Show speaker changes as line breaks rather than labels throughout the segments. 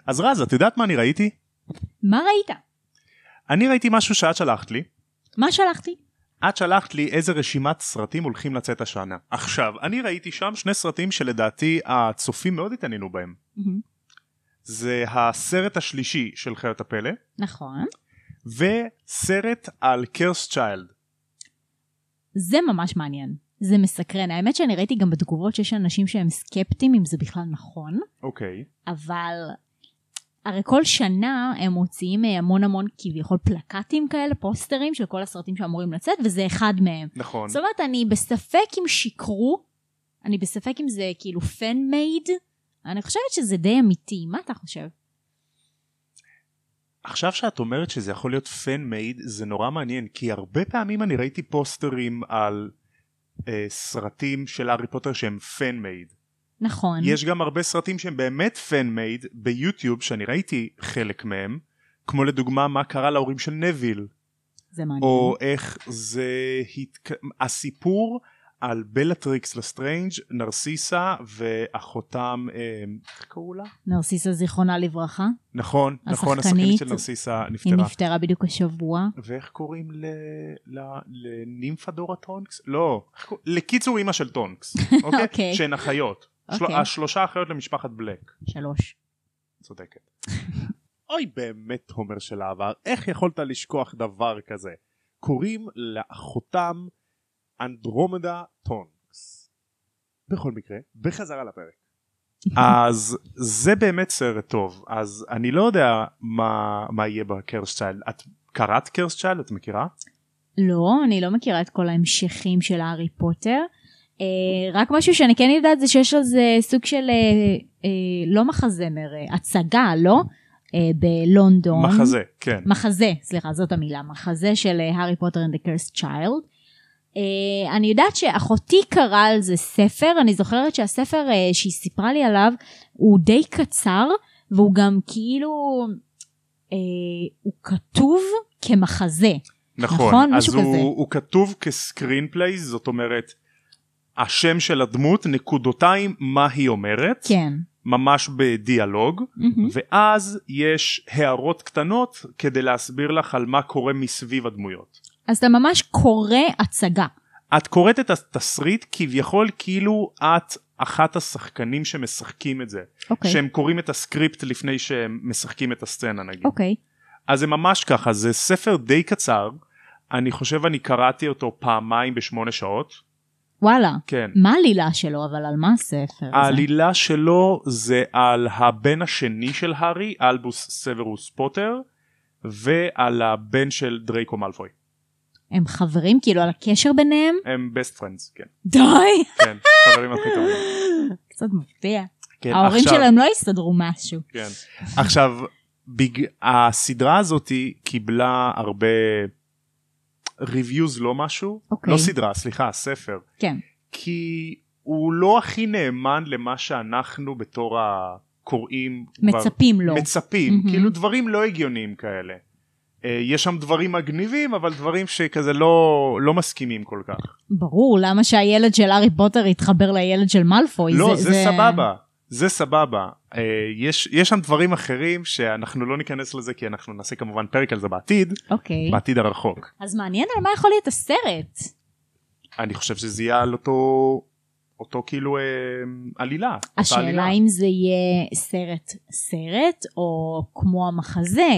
אז רז, את יודעת מה אני ראיתי?
מה ראית?
אני ראיתי משהו שאת שלחת לי.
מה שלחתי?
את שלחת לי איזה רשימת סרטים הולכים לצאת השנה. עכשיו, אני ראיתי שם שני סרטים שלדעתי הצופים מאוד התעניינו בהם. זה הסרט השלישי של חיות הפלא.
נכון.
וסרט על קרס צ'יילד.
זה ממש מעניין. זה מסקרן. האמת שאני ראיתי גם בתגובות שיש אנשים שהם סקפטיים אם זה בכלל נכון.
אוקיי.
אבל הרי כל שנה הם מוציאים המון כביכול פלקטים כאלה, פוסטרים של כל הסרטים שאמורים לצאת, וזה אחד מהם.
נכון.
זאת אומרת, אני בספק אם שיקרו, אני בספק אם זה כאילו פן מייד, אני חושבת שזה די אמיתי. מה אתה חושב?
עכשיו שאת אומרת שזה יכול להיות פן מייד, זה נורא מעניין, כי הרבה פעמים אני ראיתי פוסטרים על סרטים של הארי פוטר שהם פן מייד.
נכון.
יש גם הרבה סרטים שהם באמת פן מייד ביוטיוב, שאני ראיתי חלק מהם, כמו לדוגמה מה קרה להורים של נביל.
זה מעניין.
או איך זה הסיפור על בלטריקס לסטרנג', נרסיסה ואחותם, איך קראו לה?
נרסיסה זיכרונה לברכה.
נכון, השחקנית של נרסיסה נפטרה.
היא נפטרה בדיוק השבוע.
ואיך קוראים לנימפדורה טונקס? לא, לקיצור אימא של טונקס, אוקיי? שהן אחיות. השלושה אחיות למשפחת בלק.
3.
צודקת. אוי באמת הומר של העבר, איך יכולת לשכוח דבר כזה? קוראים לאחותם אנדרומדה טונקס. בכל מקרה, בחזרה לפרק. אז זה באמת סרט טוב, אז אני לא יודע מה יהיה בקרס צ'יילד. את קראת קרס צ'יילד? את מכירה?
לא, אני לא מכירה את כל ההמשכים של הארי פוטר. רק משהו שאני כן יודעת זה שיש על זה סוג של לא מחזמר, הצגה, לא? בלונדון.
מחזה, כן.
מחזה, סליחה, זאת המילה. מחזה של הארי פוטר and the Cursed Child. אני יודעת שאחותי קראה על זה ספר, אני זוכרת שהספר שהיא סיפרה לי עליו הוא די קצר, והוא גם כאילו, הוא כתוב כמחזה.
נכון, אז הוא כתוב כסקרין פלייז, זאת אומרת, השם של הדמות, נקודותיים, מה היא אומרת.
כן.
ממש בדיאלוג, ואז יש הערות קטנות כדי להסביר לך על מה קורה מסביב הדמויות.
אז אתה ממש קורא הצגה.
את קוראת את התסריט כביכול כאילו את אחת השחקנים שמשחקים את זה. שהם קוראים את הסקריפט לפני שהם משחקים את הסצנה נגיד.
אוקיי.
אז זה ממש ככה, זה ספר די קצר, אני חושב אני קראתי אותו פעמיים ב8 שעות.
וואלה.
כן.
מה העלילה שלו, אבל על מה הספר הזה?
העלילה שלו זה על הבן השני של הארי, אלבוס סוורוס פוטר, ועל הבן של דרייקו מאלפוי.
הם חברים כאילו על הקשר ביניהם?
הם best friends, כן.
די!
כן, חברים הכי טובים.
קצת מפתיע.
כן,
ההורים שלהם לא הסתדרו משהו.
כן. עכשיו, הסדרה הזאת קיבלה הרבה reviews לא משהו, לא סדרה, סליחה, ספר.
כן.
כי הוא לא הכי נאמן למה שאנחנו בתור הקוראים
מצפים לו.
מצפים, כאילו דברים לא הגיוניים כאלה. יש שם דברים מגניבים, אבל דברים שכזה לא מסכימים כל כך.
ברור, למה שהילד של הארי פוטר יתחבר לילד של מאלפוי?
לא, זה סבבה. זה סבבה. יש שם דברים אחרים שאנחנו לא ניכנס לזה, כי אנחנו נעשה כמובן פרק על זה בעתיד.
אוקיי.
בעתיד הרחוק.
אז מעניין על מה יכול להיות הסרט.
אני חושב שזה יהיה על אותו כאילו עלילה.
השאלה אם זה יהיה סרט או כמו המחזה.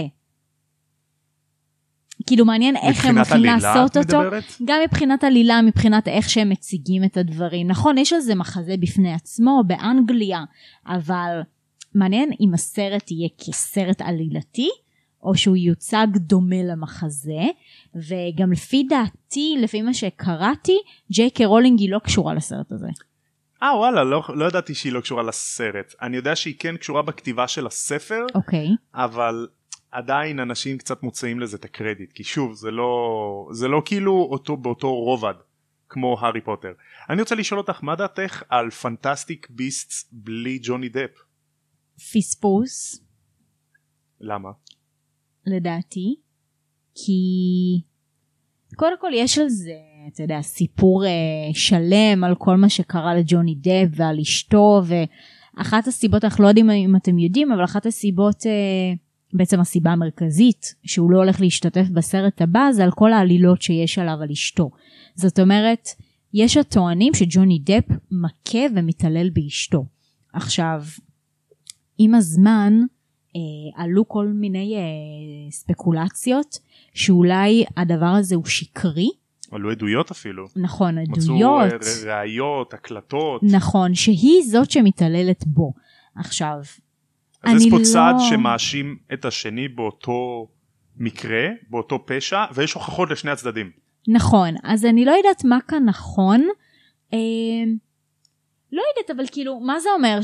כאילו מעניין איך הם הולכים לעשות אותו. גם מבחינת עלילה, מבחינת איך שהם מציגים את הדברים. נכון, יש על זה מחזה בפני עצמו באנגליה, אבל מעניין אם הסרט יהיה כסרט עלילתי, או שהוא יוצג דומה למחזה, וגם לפי דעתי, לפי מה שקראתי, ג'יי.קיי רולינג היא לא קשורה לסרט הזה.
וואלה, לא ידעתי שהיא לא קשורה לסרט. אני יודע שהיא כן קשורה בכתיבה של הספר, אבל עדיין אנשים קצת מוצאים לזה את הקרדיט, כי שוב, זה לא כאילו באותו רובד, כמו הארי פוטר. אני רוצה לשאול אותך, מה דעתך על פנטסטיק ביסטס בלי ג'וני דפ?
פספוס.
למה?
לדעתי, כי קודם כל יש על זה, אתה יודע, סיפור שלם על כל מה שקרה לג'וני דפ ועל אשתו, אחת הסיבות, אנחנו לא יודעים אם אתם יודעים, אבל אחת הסיבות, בעצם הסיבה המרכזית, שהוא לא הולך להשתתף בסרט הבא, זה על כל העלילות שיש עליו על אשתו. זאת אומרת, יש הטוענים שג'וני דפ מכה ומתעלל באשתו. עכשיו, עם הזמן, עלו כל מיני ספקולציות, שאולי הדבר הזה הוא שקרי.
עלו עדויות אפילו.
נכון, עדויות.
מצאו ראיות, הקלטות.
נכון, שהיא זאת שמתעללת בו. עכשיו,
אז יש פה צד שמאשים את השני באותו מקרה, באותו פשע, ויש הוכחות לשני הצדדים.
נכון, אז אני לא יודעת מה כאן נכון. לא יודעת, אבל כאילו, מה זה אומר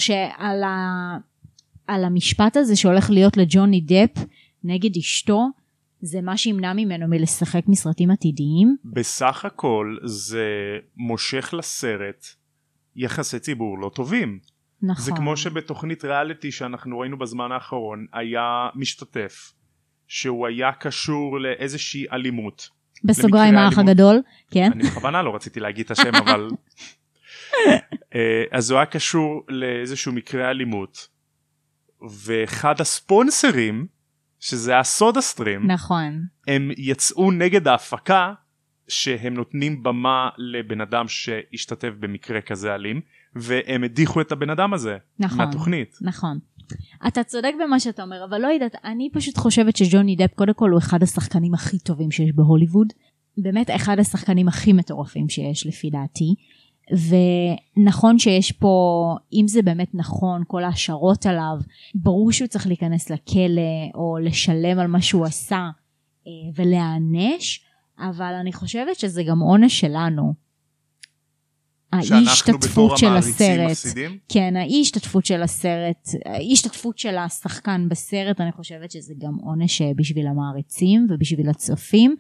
על המשפט הזה שהולך להיות לג'וני דפ נגד אשתו, זה מה שימנע ממנו מלשחק מסרטים עתידיים?
בסך הכל זה מושך לסרט יחסי ציבור לא טובים.
נכון.
זה כמו שבתוכנית ריאליטי שאנחנו ראינו בזמן האחרון, היה משתתף שהוא היה קשור לאיזושהי אלימות.
בסוגריים האח הגדול, כן.
אני בכוונה לא רציתי להגיד את השם, אבל... אז הוא היה קשור לאיזשהו מקרה אלימות, ואחד הספונסרים, שזה היה סודה סטרים,
נכון.
הם יצאו נגד ההפקה, שהם נותנים במה לבן אדם שהשתתף במקרה כזה אלים, והם הדיחו את הבן אדם הזה,
נכון,
מהתוכנית.
נכון. אתה צודק במה שאתה אומר, אבל לא יודעת, אני פשוט חושבת שג'וני דפ קודם כל הוא אחד השחקנים הכי טובים שיש בהוליווד, באמת אחד השחקנים הכי מטורפים שיש לפי דעתי, ונכון שיש פה, אם זה באמת נכון, כל ההשערות עליו, ברור שהוא צריך להיכנס לכלא, או לשלם על מה שהוא עשה, ולהענש, אבל אני חושבת שזה גם עונש שלנו. ההשתתפות של הסרט, כן, ההשתתפות של הסרט, ההשתתפות של השחקן בסרט, אני חושבת שזה גם עונש בשביל המעריצים ובשביל הצופים,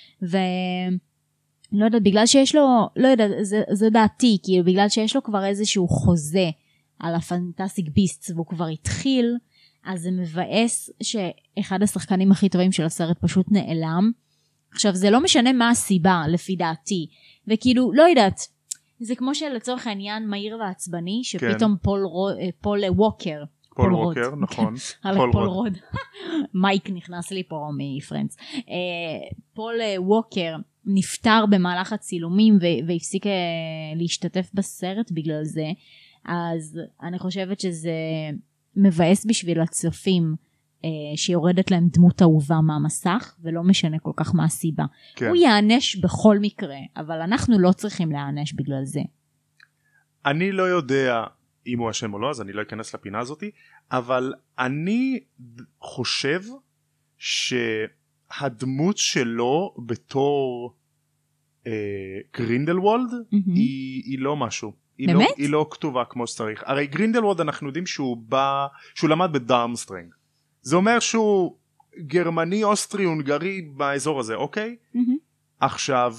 ולא יודעת, בגלל שיש לו, לא יודעת, זה דעתי, כאילו בגלל שיש לו כבר איזשהו חוזה על הפנטסטיק ביסטס והוא כבר התחיל, אז זה מבאס שאחד השחקנים הכי טובים של הסרט פשוט נעלם. עכשיו זה לא משנה מה הסיבה לפי דעתי, וכאילו לא יודעת, זה כמו שלצורך העניין מהיר ועצבני, שפתאום פול ווקר,
פול ווקר, נכון.
פול רוד. מייק נכנס לי פה מפרנץ. פול ווקר נפטר במהלך הצילומים, והפסיק להשתתף בסרט בגלל זה, אז אני חושבת שזה מבאס בשביל הצופים, שיורדת להם דמות אהובה מהמסך, ולא משנה כל כך מה הסיבה. כן. הוא יענש בכל מקרה, אבל אנחנו לא צריכים להענש בגלל זה.
אני לא יודע אם הוא אשם או לא, אז אני לא אכנס לפינה הזאת, אבל אני חושב שהדמות שלו בתור גרינדלוולד היא לא משהו.
באמת?
היא לא כתובה כמו שצריך. הרי גרינדלוולד אנחנו יודעים שהוא למד בדארמסטרינג. זה אומר שהוא גרמני, אוסטרי, הונגרי באזור הזה, אוקיי? עכשיו,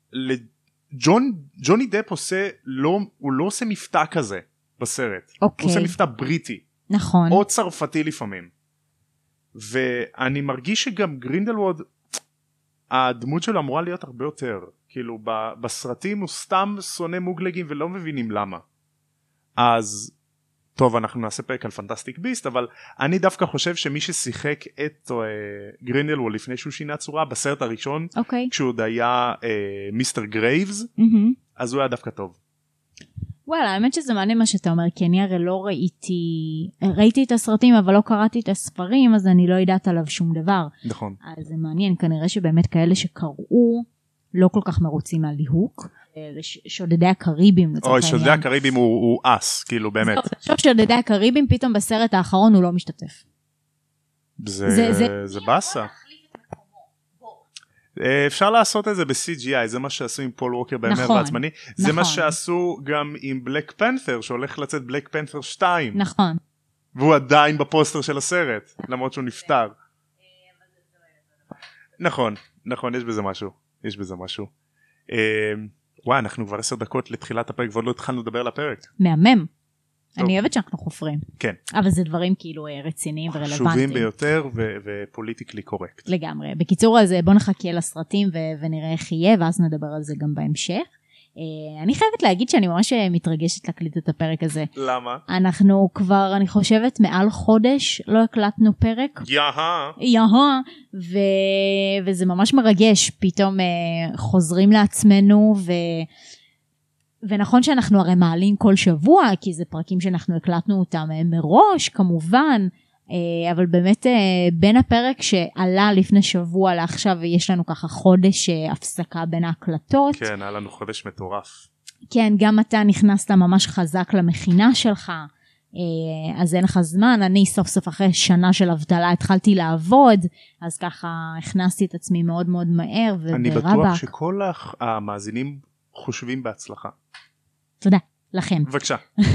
ג'וני דפ הוא לא עושה מבטא כזה בסרט. הוא עושה מבטא בריטי.
נכון.
או צרפתי לפעמים. ואני מרגיש שגם גרינדלווד, הדמות שלו אמורה להיות הרבה יותר. כאילו, בסרטים הוא סתם שונא מוגלגים ולא מבינים למה. אז... טוב, אנחנו נעשה פרק על פנטסטיק ביסט, אבל אני דווקא חושב שמי ששיחק את גרינדלוולד לפני שהוא שינה צורה, בסרט הראשון, כשהוא עוד היה מיסטר גרייבס, אז הוא היה דווקא טוב.
וואלה, האמת שזה מעניין מה שאתה אומר, כי אני הרי לא ראיתי את הסרטים, אבל לא קראתי את הספרים, אז אני לא יודעת עליו שום דבר.
נכון.
אז זה מעניין, כנראה שבאמת כאלה שקראו, לא כל כך מרוצים מהליהוק. שודדי הקריבים.
אוי, שודדי הקריבים הוא אס, כאילו באמת.
שודדי הקריבים, פתאום בסרט האחרון הוא לא משתתף.
זה בסה. אפשר לעשות את זה ב-CGI, זה מה שעשו עם פול ווקר בימי ועצמני. זה מה שעשו גם עם בלק פנת'ר, שהולך לצאת בלק פנת'ר 2.
נכון.
והוא עדיין בפוסטר של הסרט, למרות שהוא נפטר. נכון, יש בזה משהו. וואי, אנחנו כבר 10 דקות לתחילת הפרק ועוד לא התחלנו לדבר על הפרק.
מהמם. אני אוהבת שאנחנו חופרים.
כן.
אבל זה דברים כאילו רציניים ורלוונטיים.
חשובים ביותר ופוליטיקלי קורקט.
לגמרי. בקיצור, אז בוא נחכה לסרטים ונראה איך יהיה, ואז נדבר על זה גם בהמשך. אני חייבת להגיד שאני ממש מתרגשת להקליט את הפרק הזה.
למה?
אנחנו כבר, אני חושבת, מעל חודש לא הקלטנו פרק. יאה. וזה ממש מרגש, פתאום חוזרים לעצמנו, ונכון שאנחנו הרי מעלים כל שבוע, כי זה פרקים שאנחנו הקלטנו אותם מראש, כמובן, אבל באמת בין הפרק שעלה לפני שבוע לעכשיו, יש לנו ככה חודש הפסקה בין ההקלטות.
כן, היה לנו חודש מטורף.
כן, גם אתה נכנסת ממש חזק למכינה שלך, אז אין לך זמן, אני סוף סוף אחרי שנה של אבטלה התחלתי לעבוד, אז ככה הכנסתי את עצמי מאוד מאוד מהר וברבק.
אני בטוח שכל המאזינים חושבים בהצלחה.
תודה, לכם.
בבקשה.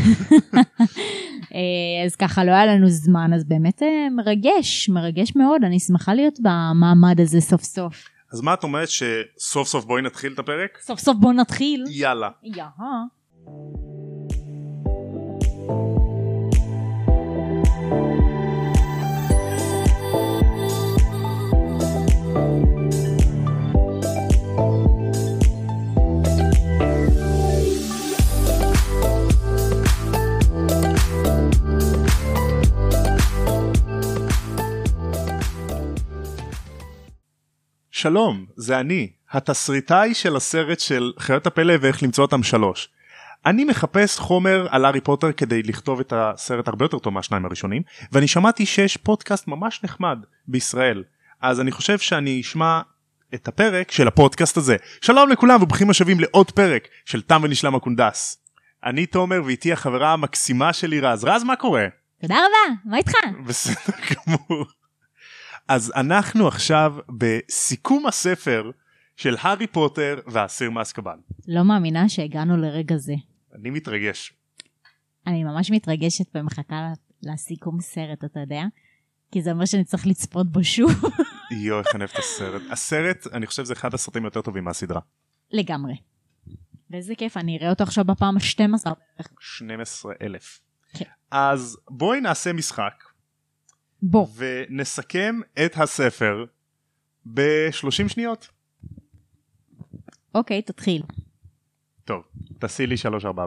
אז ככה לא היה לנו זמן, אז באמת מרגש מאוד, אני שמחה להיות במעמד הזה סוף סוף.
אז מה את אומרת שסוף סוף בואי נתחיל את הפרק?
סוף סוף בואי נתחיל.
יאללה. שלום, זה אני, התסריטאי של הסרט של חיות הפלא ואיך למצוא אותם 3. אני מחפש חומר על הארי פוטר כדי לכתוב את הסרט הרבה יותר טוב מהשניים הראשונים, ואני שמעתי שיש פודקאסט ממש נחמד בישראל, אז אני חושב שאני אשמע את הפרק של הפודקאסט הזה. שלום לכולם וברוכים השבים לעוד פרק של תם ונשלם הקונדס. אני תומר ואיתי החברה המקסימה שלי רז. רז, מה קורה?
תודה רבה, מה איתך?
בסדר גמור. אז אנחנו עכשיו בסיכום הספר של הארי פוטר והאסיר מאזקבאן.
לא מאמינה שהגענו לרגע זה.
אני מתרגש.
אני ממש מתרגשת ומחכה לסיכום סרט, אתה יודע? כי זה אומר שאני צריך לצפות בו שוב.
יו, איך אני אוהב את הסרט. הסרט, אני חושב זה אחד הסרטים יותר טובים מהסדרה.
לגמרי. ואיזה כיף, אני אראה אותו עכשיו בפעם ה-12.
12,000.
כן.
אז בואי נעשה משחק.
בוא.
ונסכם את הספר ב-30 שניות.
אוקיי, תתחיל.
טוב, תעשי לי 3, 4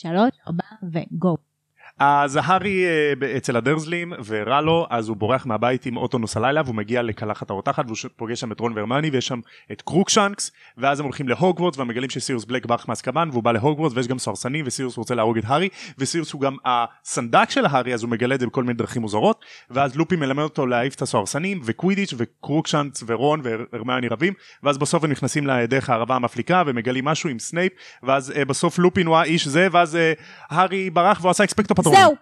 וגו.
אז הארי אצל הדרזלים ורע לו, אז הוא בורח מהבית עם אוטונוס הלילה והוא מגיע לקלחת הרותחת והוא פוגש שם את רון והרמיוני ויש שם את קרוקשנקס, ואז הם הולכים להוגוורטס ומגלים שסיריוס בלק ברח מאזקבאן והוא בא להוגוורטס ויש גם סוהרסנים וסיריוס רוצה להרוג את הארי, וסיריוס הוא גם הסנדק של הארי, אז הוא מגלה את זה בכל מיני דרכים מוזרות, ואז לופי מלמד אותו להעיף את הסוהרסנים וקווידיץ' וקרוקשנקס ורון והרמיוני רבים, ואז בסוף הם נכנסים לדרך הערבה המפליקה ומגלים משהו עם סנייפ, ואז בסוף לופין הוא האיש זה, ואז הארי ברח והוא עשה אקספקטו פטרון.
זהו.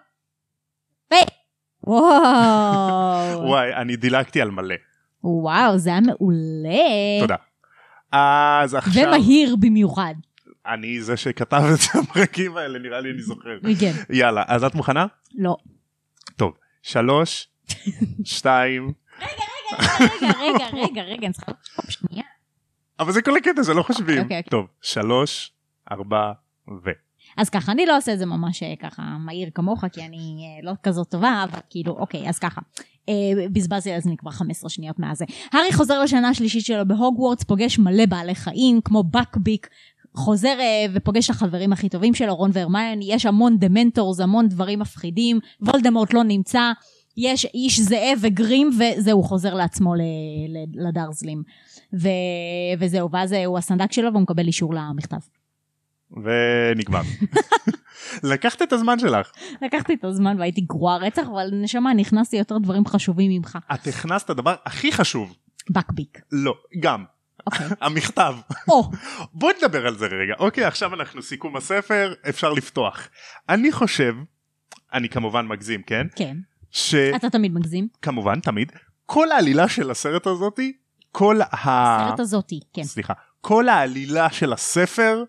וואו.
וואי, אני דילגתי על מלא.
וואו, זה היה מעולה.
תודה. אז עכשיו...
ומהיר במיוחד.
אני זה שכתב את הפרקים האלה, נראה לי אני זוכר.
כן.
יאללה, אז את מוכנה?
לא.
טוב, 3, 2...
רגע, אני צריכה שנייה.
אבל זה כל הקטע, זה לא חושבים.
אוקיי.
טוב, 3, 4 ו...
אז ככה, אני לא עושה את זה ממש ככה מהיר כמוך, כי אני לא כזאת טובה, אבל כאילו, אוקיי, אז ככה. בזבזתי אז אני כבר 15 שניות מאז זה. הארי חוזר לשנה השלישית שלו בהוגוורטס, פוגש מלא בעלי חיים, כמו בקביק, חוזר ופוגש את החברים הכי טובים שלו, רון והרמיוני, יש המון דמנטורס, המון דברים מפחידים, וולדמורט לא נמצא, יש איש זאב וגרים, וזהו, חוזר לעצמו לדרזלים. וזהו, ואז הוא הסנדק שלו, והוא מקבל אישור למכתב.
ונגמר. לקחת את הזמן שלך.
לקחתי את הזמן והייתי גרועה רצח, אבל נשמה, נכנסתי יותר דברים חשובים ממך.
את הכנסת הדבר הכי חשוב.
בקביק.
לא, גם. המכתב. בוא נדבר על זה רגע. אוקיי, עכשיו אנחנו סיכום הספר, אפשר לפתוח. אני חושב, אני כמובן מגזים, כן?
כן. אתה תמיד מגזים.
כמובן, תמיד. כל העלילה של הסרט הזאתי,
הסרט הזאתי, כן.
סליחה. כל העלילה של הספר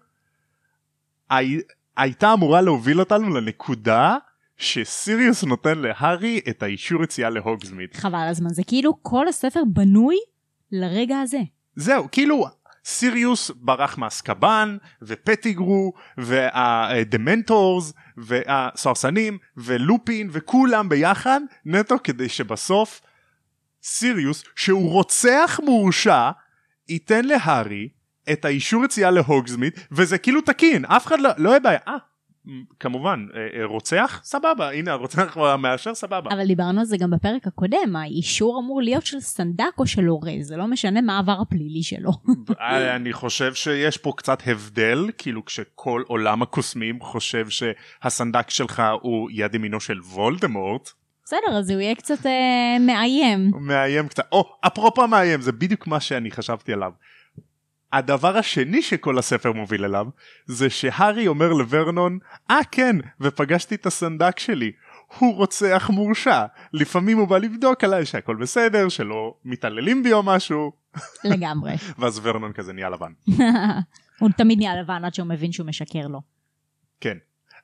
הייתה אמורה להוביל אותנו לנקודה שסיריוס נותן להארי את האישור יציאה להוגזמיד.
חבל הזמן, זה כאילו כל הספר בנוי לרגע הזה.
זהו, כאילו סיריוס ברח מאזקבאן ופטיגרו והדמנטורס והסוהרסנים ולופין וכולם ביחד נטו כדי שבסוף סיריוס שהוא רוצח מורשע ייתן להארי את האישור יציאה להוגזמיד, וזה כאילו תקין, אף אחד לא יהיה בעיה, כמובן, רוצח, סבבה, הנה הרוצח מאשר, סבבה.
אבל דיברנו על זה גם בפרק הקודם, האישור אמור להיות של סנדק או של הורה, זה לא משנה מה העבר הפלילי שלו.
אני חושב שיש פה קצת הבדל, כאילו כשכל עולם הקוסמים חושב שהסנדק שלך הוא יד ימינו של וולדמורט.
בסדר, אז הוא יהיה קצת מאיים.
מאיים קצת, אפרופו מאיים, זה בדיוק מה שאני חשבתי עליו. הדבר השני שכל הספר מוביל אליו, זה שהרי אומר לוורנון, כן, ופגשתי את הסנדק שלי, הוא רוצח מורשע, לפעמים הוא בא לבדוק עליי שהכל בסדר, שלא מתעללים בי או משהו.
לגמרי.
ואז וורנון כזה נהיה לבן.
הוא תמיד נהיה לבן עד שהוא מבין שהוא משקר לו.
כן.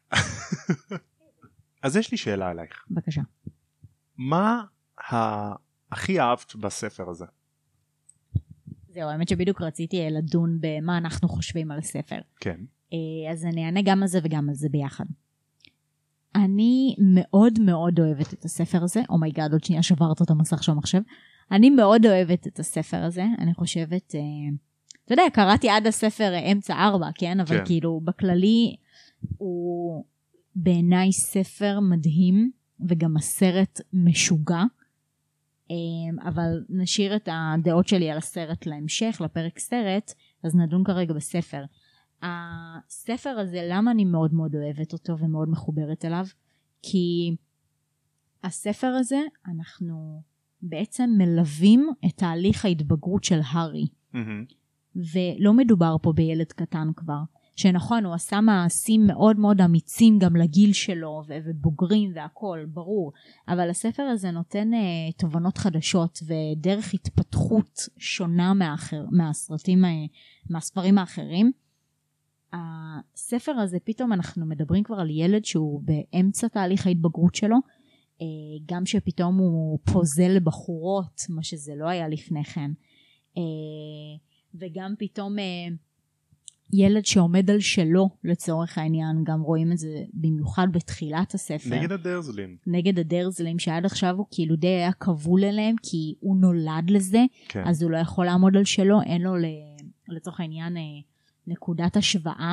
אז יש לי שאלה עלייך.
בבקשה.
מה הכי אהבת בספר הזה?
זהו, האמת שבדיוק רציתי לדון במה אנחנו חושבים על הספר.
כן.
אז אני אענה גם על זה וגם על זה ביחד. אני מאוד מאוד אוהבת את הספר הזה. אומייגאד, עוד שנייה שברת את המסך של המחשב. אני מאוד אוהבת את הספר הזה. אני חושבת, אתה יודע, קראתי עד הספר אמצע 4, כן? אבל כאילו בכללי הוא בעיניי ספר מדהים, וגם הסרט משוגע. אבל נשאיר את הדעות שלי על הסרט להמשך, לפרק סרט, אז נדון כרגע בספר. הספר הזה, למה אני מאוד מאוד אוהבת אותו ומאוד מחוברת אליו? כי הספר הזה, אנחנו בעצם מלווים את תהליך ההתבגרות של הארי. ולא מדובר פה בילד קטן כבר. שנכון, הוא עשה מעשים מאוד מאוד אמיצים גם לגיל שלו, ובוגרים והכל, ברור. אבל הספר הזה נותן תובנות חדשות, ודרך התפתחות שונה מהספרים האחרים. הספר הזה, פתאום אנחנו מדברים כבר על ילד שהוא באמצע תהליך ההתבגרות שלו, גם שפתאום הוא פוזל לבחורות, מה שזה לא היה לפני כן. וגם פתאום ילד שעומד על שלו לצורך העניין, גם רואים את זה במיוחד בתחילת הספר.
נגד הדרזלים.
נגד הדרזלים, שעד עכשיו הוא כאילו די היה כבול אליהם, כי הוא נולד לזה, כן. אז הוא לא יכול לעמוד על שלו, אין לו לצורך העניין נקודת השוואה.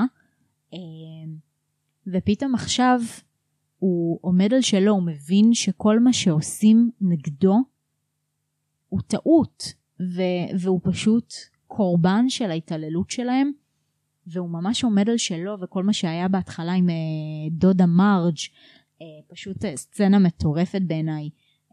ופתאום עכשיו הוא עומד על שלו, הוא מבין שכל מה שעושים נגדו הוא טעות, והוא פשוט קורבן של ההתעללות שלהם, והוא ממש עומד על שלו, וכל מה שהיה בהתחלה עם דודה מרג', פשוט סצנה מטורפת בעיניי,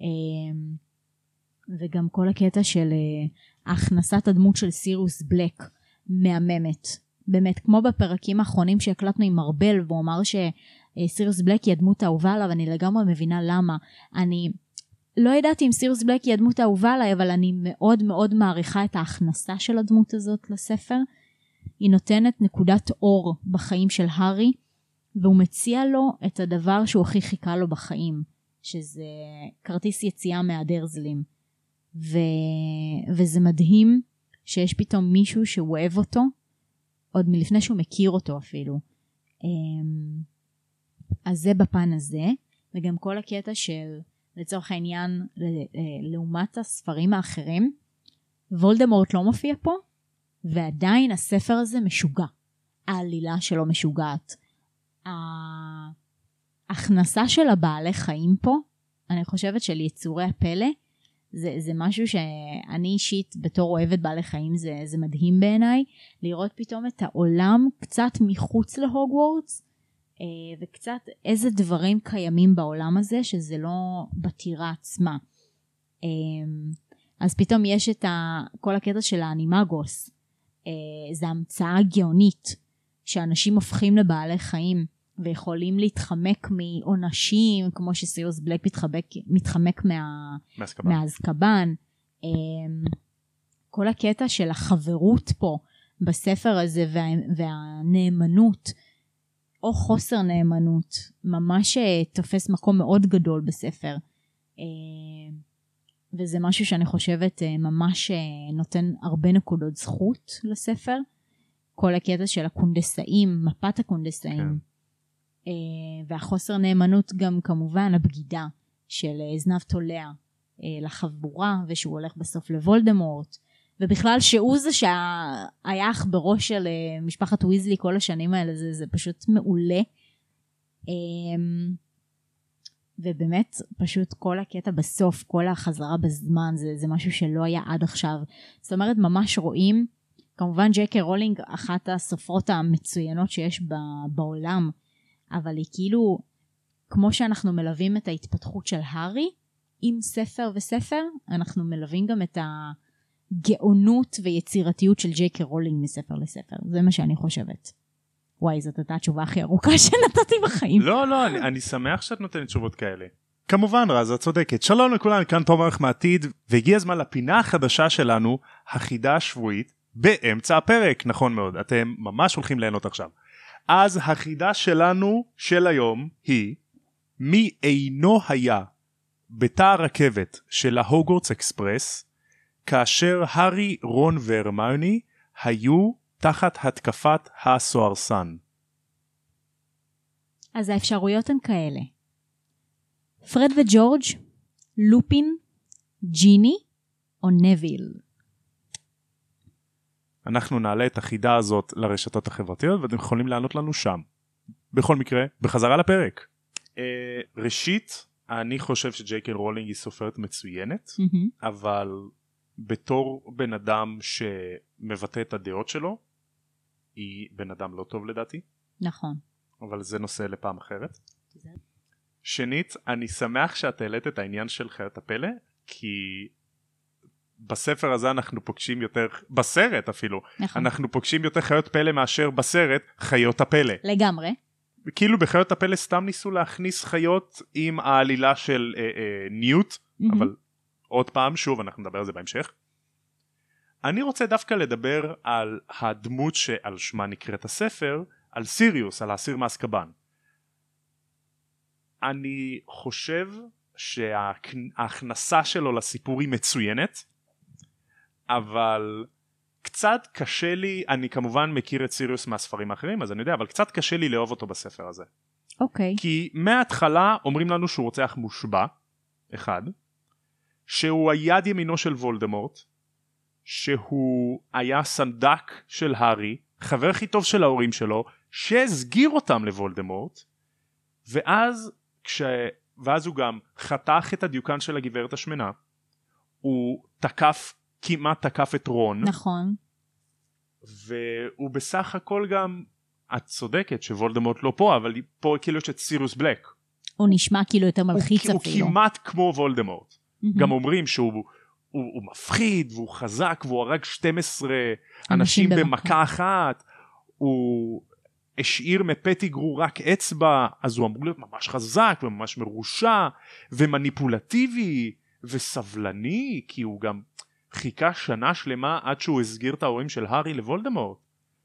וגם כל הקטע של הכנסת הדמות של סיריוס בלק, מהממת, באמת, כמו בפרקים האחרונים שהקלטנו עם מרבל, והוא אמר שסיריוס בלק היא הדמות האהובה עליו, אני לגמרי מבינה למה. אני לא ידעתי אם סיריוס בלק היא הדמות האהובה עליי, אבל אני מאוד מאוד מעריכה את ההכנסה של הדמות הזאת לספר. היא נותנת נקודת אור בחיים של הארי, והוא מציע לו את הדבר שהוא הכי חיכה לו בחיים, שזה כרטיס יציאה מהדרזלים. וזה מדהים שיש פתאום מישהו שהוא אוהב אותו, עוד מלפני שהוא מכיר אותו אפילו. אז זה בפן הזה, וגם כל הקטע של, לצורך העניין, לעומת הספרים האחרים, וולדמורט לא מופיע פה, ועדיין הספר הזה משוגע. העלילה שלו משוגעת. ההכנסה של הבעלי חיים פה, אני חושבת של יצורי הפלא, זה משהו שאני אישית בתור אוהבת בעלי חיים, זה מדהים בעיניי, לראות פתאום את העולם קצת מחוץ להוגוורטס, וקצת איזה דברים קיימים בעולם הזה, שזה לא בטירה עצמה. אז פתאום יש את כל הקטע של האנימגוס, זה המצאה גאונית, שאנשים הופכים לבעלי חיים, ויכולים להתחמק מעונשים, כמו שסיריוס בלק מתחמק מהאזקבן. כל הקטע של החברות פה, בספר הזה, והנאמנות, או חוסר נאמנות, ממש תופס מקום מאוד גדול בספר. וזה משהו שאני חושבת ממש נותן הרבה נקודות זכות לספר. כל הקטע של הקונדסאים, מפת הקונדסאים. כן. והחוסר נאמנות גם כמובן הבגידה של זנב תולע לחבורה, ושהוא הולך בסוף לוולדמורט, ובכלל שהוא זה שהיה אח בראש של משפחת ויזלי כל השנים האלה, זה פשוט מעולה. ובאמת פשוט כל הקטע בסוף, כל החזרה בזמן, זה משהו שלא היה עד עכשיו. זאת אומרת, ממש רואים, כמובן ג'יי רולינג אחת הסופרות המצוינות שיש בעולם, אבל היא כאילו, כמו שאנחנו מלווים את ההתפתחות של הארי, עם ספר וספר, אנחנו מלווים גם את הגאונות ויצירתיות של ג'יי רולינג מספר לספר. זה מה שאני חושבת. וואי, זאת הייתה התשובה הכי ארוכה שנתתי בחיים.
לא, אני שמח שאת נותנת תשובות כאלה. כמובן רז, את צודקת. שלום לכולם, כאן תום ערך מעתיד, והגיע הזמן לפינה החדשה שלנו, החידה השבועית, באמצע הפרק. נכון מאוד, אתם ממש הולכים ליהנות עכשיו. אז החידה שלנו של היום היא, מי אינו היה בתא הרכבת של ההוגוורטס אקספרס, כאשר הארי, רון והרמיוני היו תחת התקפת הסוהרסן.
אז האפשרויות הן כאלה. פרד וג'ורג', לופין, ג'יני או נביל.
אנחנו נעלה את החידה הזאת לרשתות החברתיות ואתם יכולים לענות לנו שם. בכל מקרה, בחזרה לפרק. ראשית, אני חושב שג'יי רולינג היא סופרת מצוינת, אבל בתור בן אדם שמבטא את הדעות שלו, היא בן אדם לא טוב לדעתי.
נכון.
אבל זה נושא לפעם אחרת. שנית, אני שמח שאת העלית את העניין של חיות הפלא, כי בספר הזה אנחנו פוגשים יותר, בסרט אפילו, נכון. אנחנו פוגשים יותר חיות פלא מאשר בסרט חיות הפלא.
לגמרי.
כאילו בחיות הפלא סתם ניסו להכניס חיות עם העלילה של ניוט, אבל עוד פעם, שוב אנחנו נדבר על זה בהמשך. אני רוצה דווקא לדבר על הדמות שעל שמה נקראת הספר, על סיריוס, על האסיר מאזקבאן. אני חושב שההכנסה שלו לסיפור היא מצוינת, אבל קצת קשה לי, אני כמובן מכיר את סיריוס מהספרים האחרים, אז אני יודע, אבל קצת קשה לי לאהוב אותו בספר הזה.
אוקיי.
כי מההתחלה אומרים לנו שהוא רוצח מושבע, אחד, שהוא היד ימינו של וולדמורט, שהוא היה סנדק של הארי, חבר הכי טוב של ההורים שלו, שהסגיר אותם לוולדמורט, ואז הוא גם חתך את הדיוקן של הגברת השמנה, הוא כמעט תקף את רון,
נכון,
והוא בסך הכל גם, את צודקת שוולדמורט לא פה, אבל פה כאילו יש את סיריוס בלק,
הוא נשמע כאילו יותר מלחיץ אפילו,
הוא כמעט כמו וולדמורט, גם אומרים שהוא מפחיד והוא חזק והוא הרג 12 אנשים במכה אחת, הוא השאיר מפטיגרו רק אצבע, אז הוא אמור להיות ממש חזק וממש מרושע ומניפולטיבי וסבלני, כי הוא גם חיכה שנה שלמה עד שהוא הסגיר את ההורים של הארי לוולדמורט.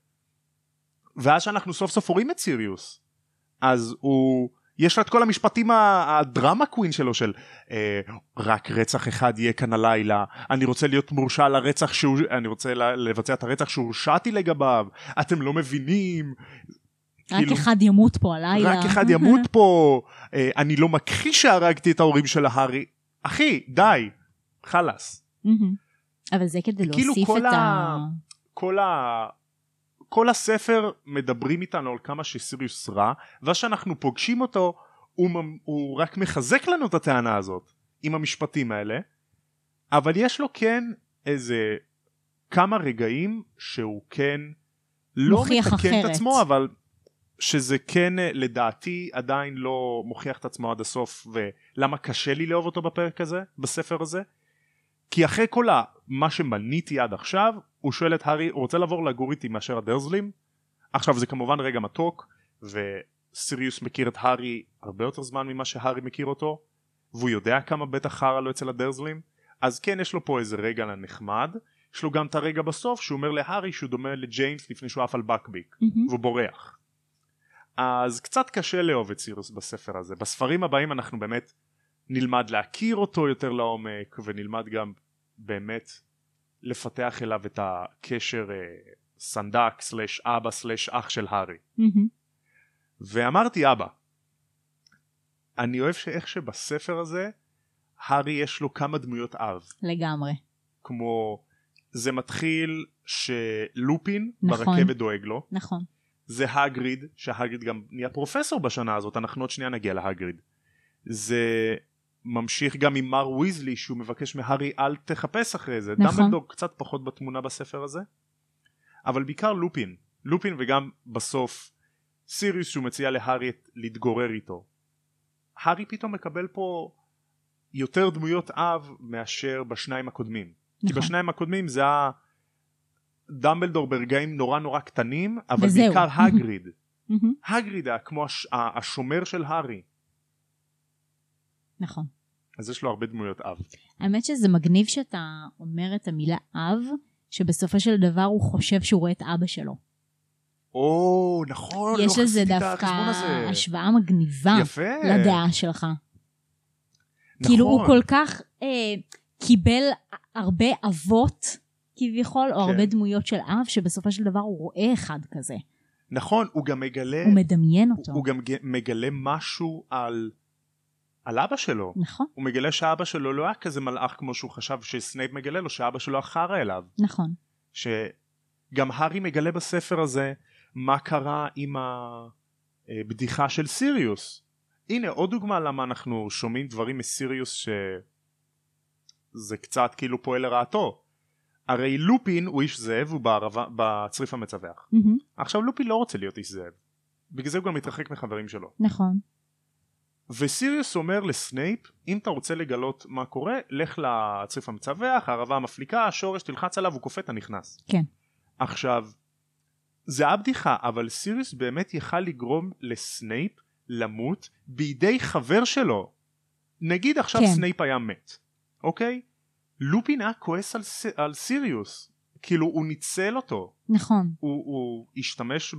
ואז שאנחנו סוף סוף רואים את סיריוס, אז יש לה את כל המשפטים הדרמה קווין שלו של רק רצח אחד יהיה כאן הלילה, אני רוצה להיות מורשע על הרצח אני רוצה לבצע את הרצח שהורשעתי לגביו, אתם לא מבינים,
רק כאילו, אחד ימות פה הלילה,
רק אחד ימות פה, אני לא מכחיש שהרגתי את ההורים של ההארי, אחי די חלאס.
אבל זה כדי להוסיף את
כל הספר מדברים איתנו על כמה שסיריוס רע, ואז שאנחנו פוגשים אותו, הוא רק מחזק לנו את הטענה הזאת, עם המשפטים האלה, אבל יש לו כן איזה כמה רגעים שהוא כן לא מתקן את עצמו, אבל שזה כן לדעתי עדיין לא מוכיח את עצמו עד הסוף, ולמה קשה לי לאהוב אותו בפרק הזה, בספר הזה, כי אחרי כל מה שמניתי עד עכשיו, הוא שואל את הארי, הוא רוצה לעבור לגור איתי מאשר הדרזלים? עכשיו זה כמובן רגע מתוק, וסיריוס מכיר את הארי הרבה יותר זמן ממה שהארי מכיר אותו, והוא יודע כמה בטח חרא לו אצל הדרזלים, אז כן יש לו פה איזה רגע נחמד, יש לו גם את הרגע בסוף שהוא אומר להארי שהוא דומה לג'יימס לפני שהוא עף על בקביק, והוא בורח. אז קצת קשה לאהוב את סיריוס בספר הזה, בספרים הבאים אנחנו באמת נלמד להכיר אותו יותר לעומק, ונלמד גם באמת לפתח אליו את הקשר סנדק סלש אבא סלש אח של הארי. ואמרתי אבא, אני אוהב שאיך שבספר הזה הארי יש לו כמה דמויות אב.
לגמרי.
כמו זה מתחיל שלופין
נכון.
ברכבת דואג לו.
נכון.
זה הגריד, שהגריד גם נהיה פרופסור בשנה הזאת, אנחנו עוד שנייה נגיע להגריד. זה ממשיך גם עם מר ויזלי, שהוא מבקש מהרי אל תחפש אחרי זה.
נכון.
דמבלדור קצת פחות בתמונה בספר הזה, אבל בעיקר לופין. לופין וגם בסוף סיריוס שהוא מציע להרי להתגורר איתו. הארי פתאום מקבל פה יותר דמויות אב מאשר בשניים הקודמים. נכון. כי בשניים הקודמים זה היה דמבלדור ברגעים נורא נורא קטנים, אבל וזהו. בעיקר הגריד. הגריד היה כמו השומר של הארי.
נכון.
אז יש לו הרבה דמויות אב.
האמת שזה מגניב שאתה אומר את המילה אב, שבסופו של דבר הוא חושב שהוא רואה את אבא שלו.
או, נכון.
יש לזה דווקא השוואה מגניבה
יפה.
לדעה שלך.
נכון.
כאילו הוא כל כך קיבל הרבה אבות כביכול, או הרבה דמויות של אב, שבסופו של דבר הוא רואה אחד כזה.
נכון, הוא גם מגלה...
הוא מדמיין אותו.
הוא גם מגלה משהו על אבא שלו.
נכון.
הוא מגלה שאבא שלו לא היה כזה מלאך כמו שהוא חשב שסנייפ מגלה לו, שאבא שלו אחר אליו.
נכון.
שגם הארי מגלה בספר הזה מה קרה עם הבדיחה של סיריוס. הנה עוד דוגמה למה אנחנו שומעים דברים מסיריוס שזה קצת כאילו פועל לרעתו. הרי לופין הוא איש זאב, הוא בצריף המצווח. עכשיו לופין לא רוצה להיות איש זאב. בגלל זה הוא גם מתרחק מחברים שלו.
נכון.
וסיריוס אומר לסנייפ, אם אתה רוצה לגלות מה קורה, לך לצריף המצווח, הערבה המפליקה, השורש, תלחץ עליו, הוא קופא, אתה נכנס.
כן.
עכשיו, זה הבדיחה, אבל סיריוס באמת יכל לגרום לסנייפ למות בידי חבר שלו. נגיד עכשיו כן. סנייפ היה מת, אוקיי? לופין היה כועס על סיריוס, כאילו הוא ניצל אותו.
נכון.
הוא השתמש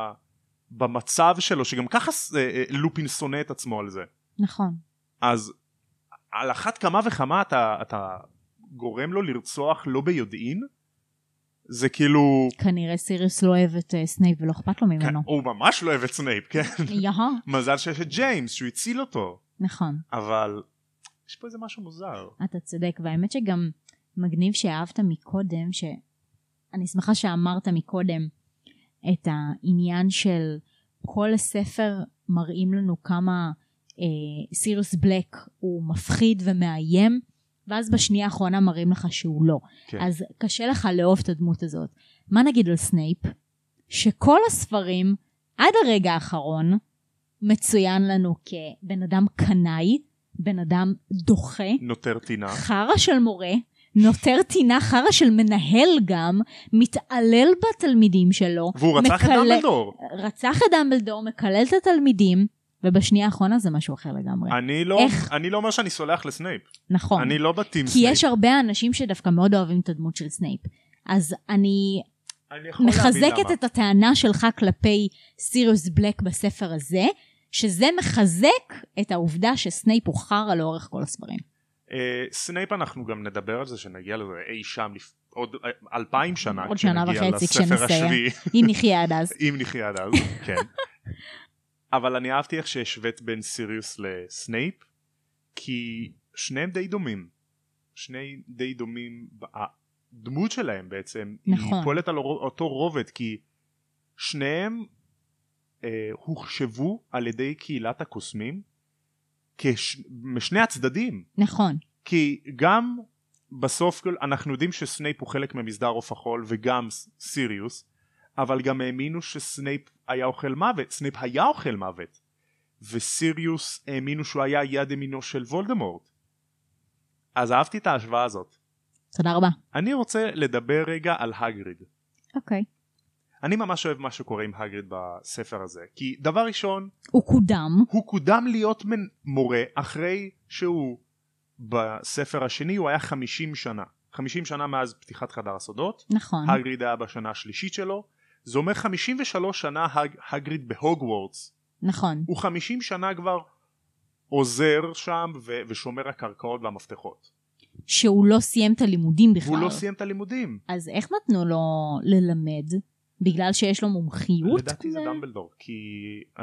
במצב שלו, שגם ככה לופין שונא את עצמו על זה.
נכון.
אז על אחת כמה וכמה אתה גורם לו לרצוח לא ביודעין, זה כאילו...
כנראה סיריוס לא אוהב את סנייפ ולא אכפת לו ממנו.
הוא ממש לא אוהב את סנייפ, כן.
יאה.
מזל שיש את ג'יימס, שהוא הציל אותו.
נכון.
אבל יש פה איזה משהו מוזר.
אתה צודק, והאמת שגם מגניב שאהבת מקודם, שאני שמחה שאמרת מקודם, את העניין של כל הספר מראים לנו כמה סיריוס בלק הוא מפחיד ומאיים, ואז בשנייה האחרונה מראים לך שהוא לא. כן. אז קשה לך לאהוב את הדמות הזאת. מה נגיד על סנייפ? שכל הספרים עד הרגע האחרון מצוין לנו כבן אדם קנאי, בן אדם דוחה,
נותר טינה,
חרה של מורה, נותר טינה, חרה של מנהל גם, מתעלל בתלמידים שלו.
והוא רצח את דמבלדור.
רצח את דמבלדור, מקלל את התלמידים, ובשנייה האחרונה זה משהו אחר לגמרי.
אני לא אומר שאני סולח לסנייפ.
נכון.
אני לא בתים
כי
סנייפ.
יש הרבה אנשים שדווקא מאוד אוהבים את הדמות של סנייפ. אז אני מחזקת את הטענה שלך כלפי סיריוס בלק בספר הזה, שזה מחזק את העובדה שסנייפ הוא חרא לאורך כל הספרים.
סנייפ אנחנו גם נדבר על זה שנגיע לזה אי שם עוד 2000 שנה.
עוד שנה וחצי כשנסיים. אם נחיה עד אז.
אם נחיה עד אז, כן. אבל אני אהבתי איך שהשוות בין סיריוס לסנייפ, כי שניהם די דומים. הדמות שלהם בעצם
נכון.
היא פועלת על אותו רובד, כי שניהם הוחשבו על ידי קהילת הקוסמים משני הצדדים.
נכון.
כי גם בסוף אנחנו יודעים שסנייפ הוא חלק ממסדר עוף החול וגם סיריוס, אבל גם האמינו שסנייפ היה אוכל מוות. סנייפ היה אוכל מוות, וסיריוס האמינו שהוא היה יד ימינו של וולדמורט. אז אהבתי את ההשוואה הזאת.
תודה רבה.
אני רוצה לדבר רגע על הגריד.
אוקיי.
אני ממש אוהב מה שקורה עם הגריד בספר הזה, כי דבר ראשון הוא קודם להיות מורה אחרי שהוא בספר השני הוא היה 50 שנה מאז פתיחת חדר הסודות.
נכון.
הגריד היה בשנה השלישית שלו, זה אומר 53 שנה הגריד בהוגוורטס.
נכון.
הוא 50 שנה כבר עוזר שם ושומר הקרקעות והמפתחות.
שהוא לא סיים את הלימודים בכלל.
הוא לא סיים את הלימודים.
אז איך נתנו לו ללמד? בגלל שיש לו מומחיות?
לדעתי זה דמבלדור, כי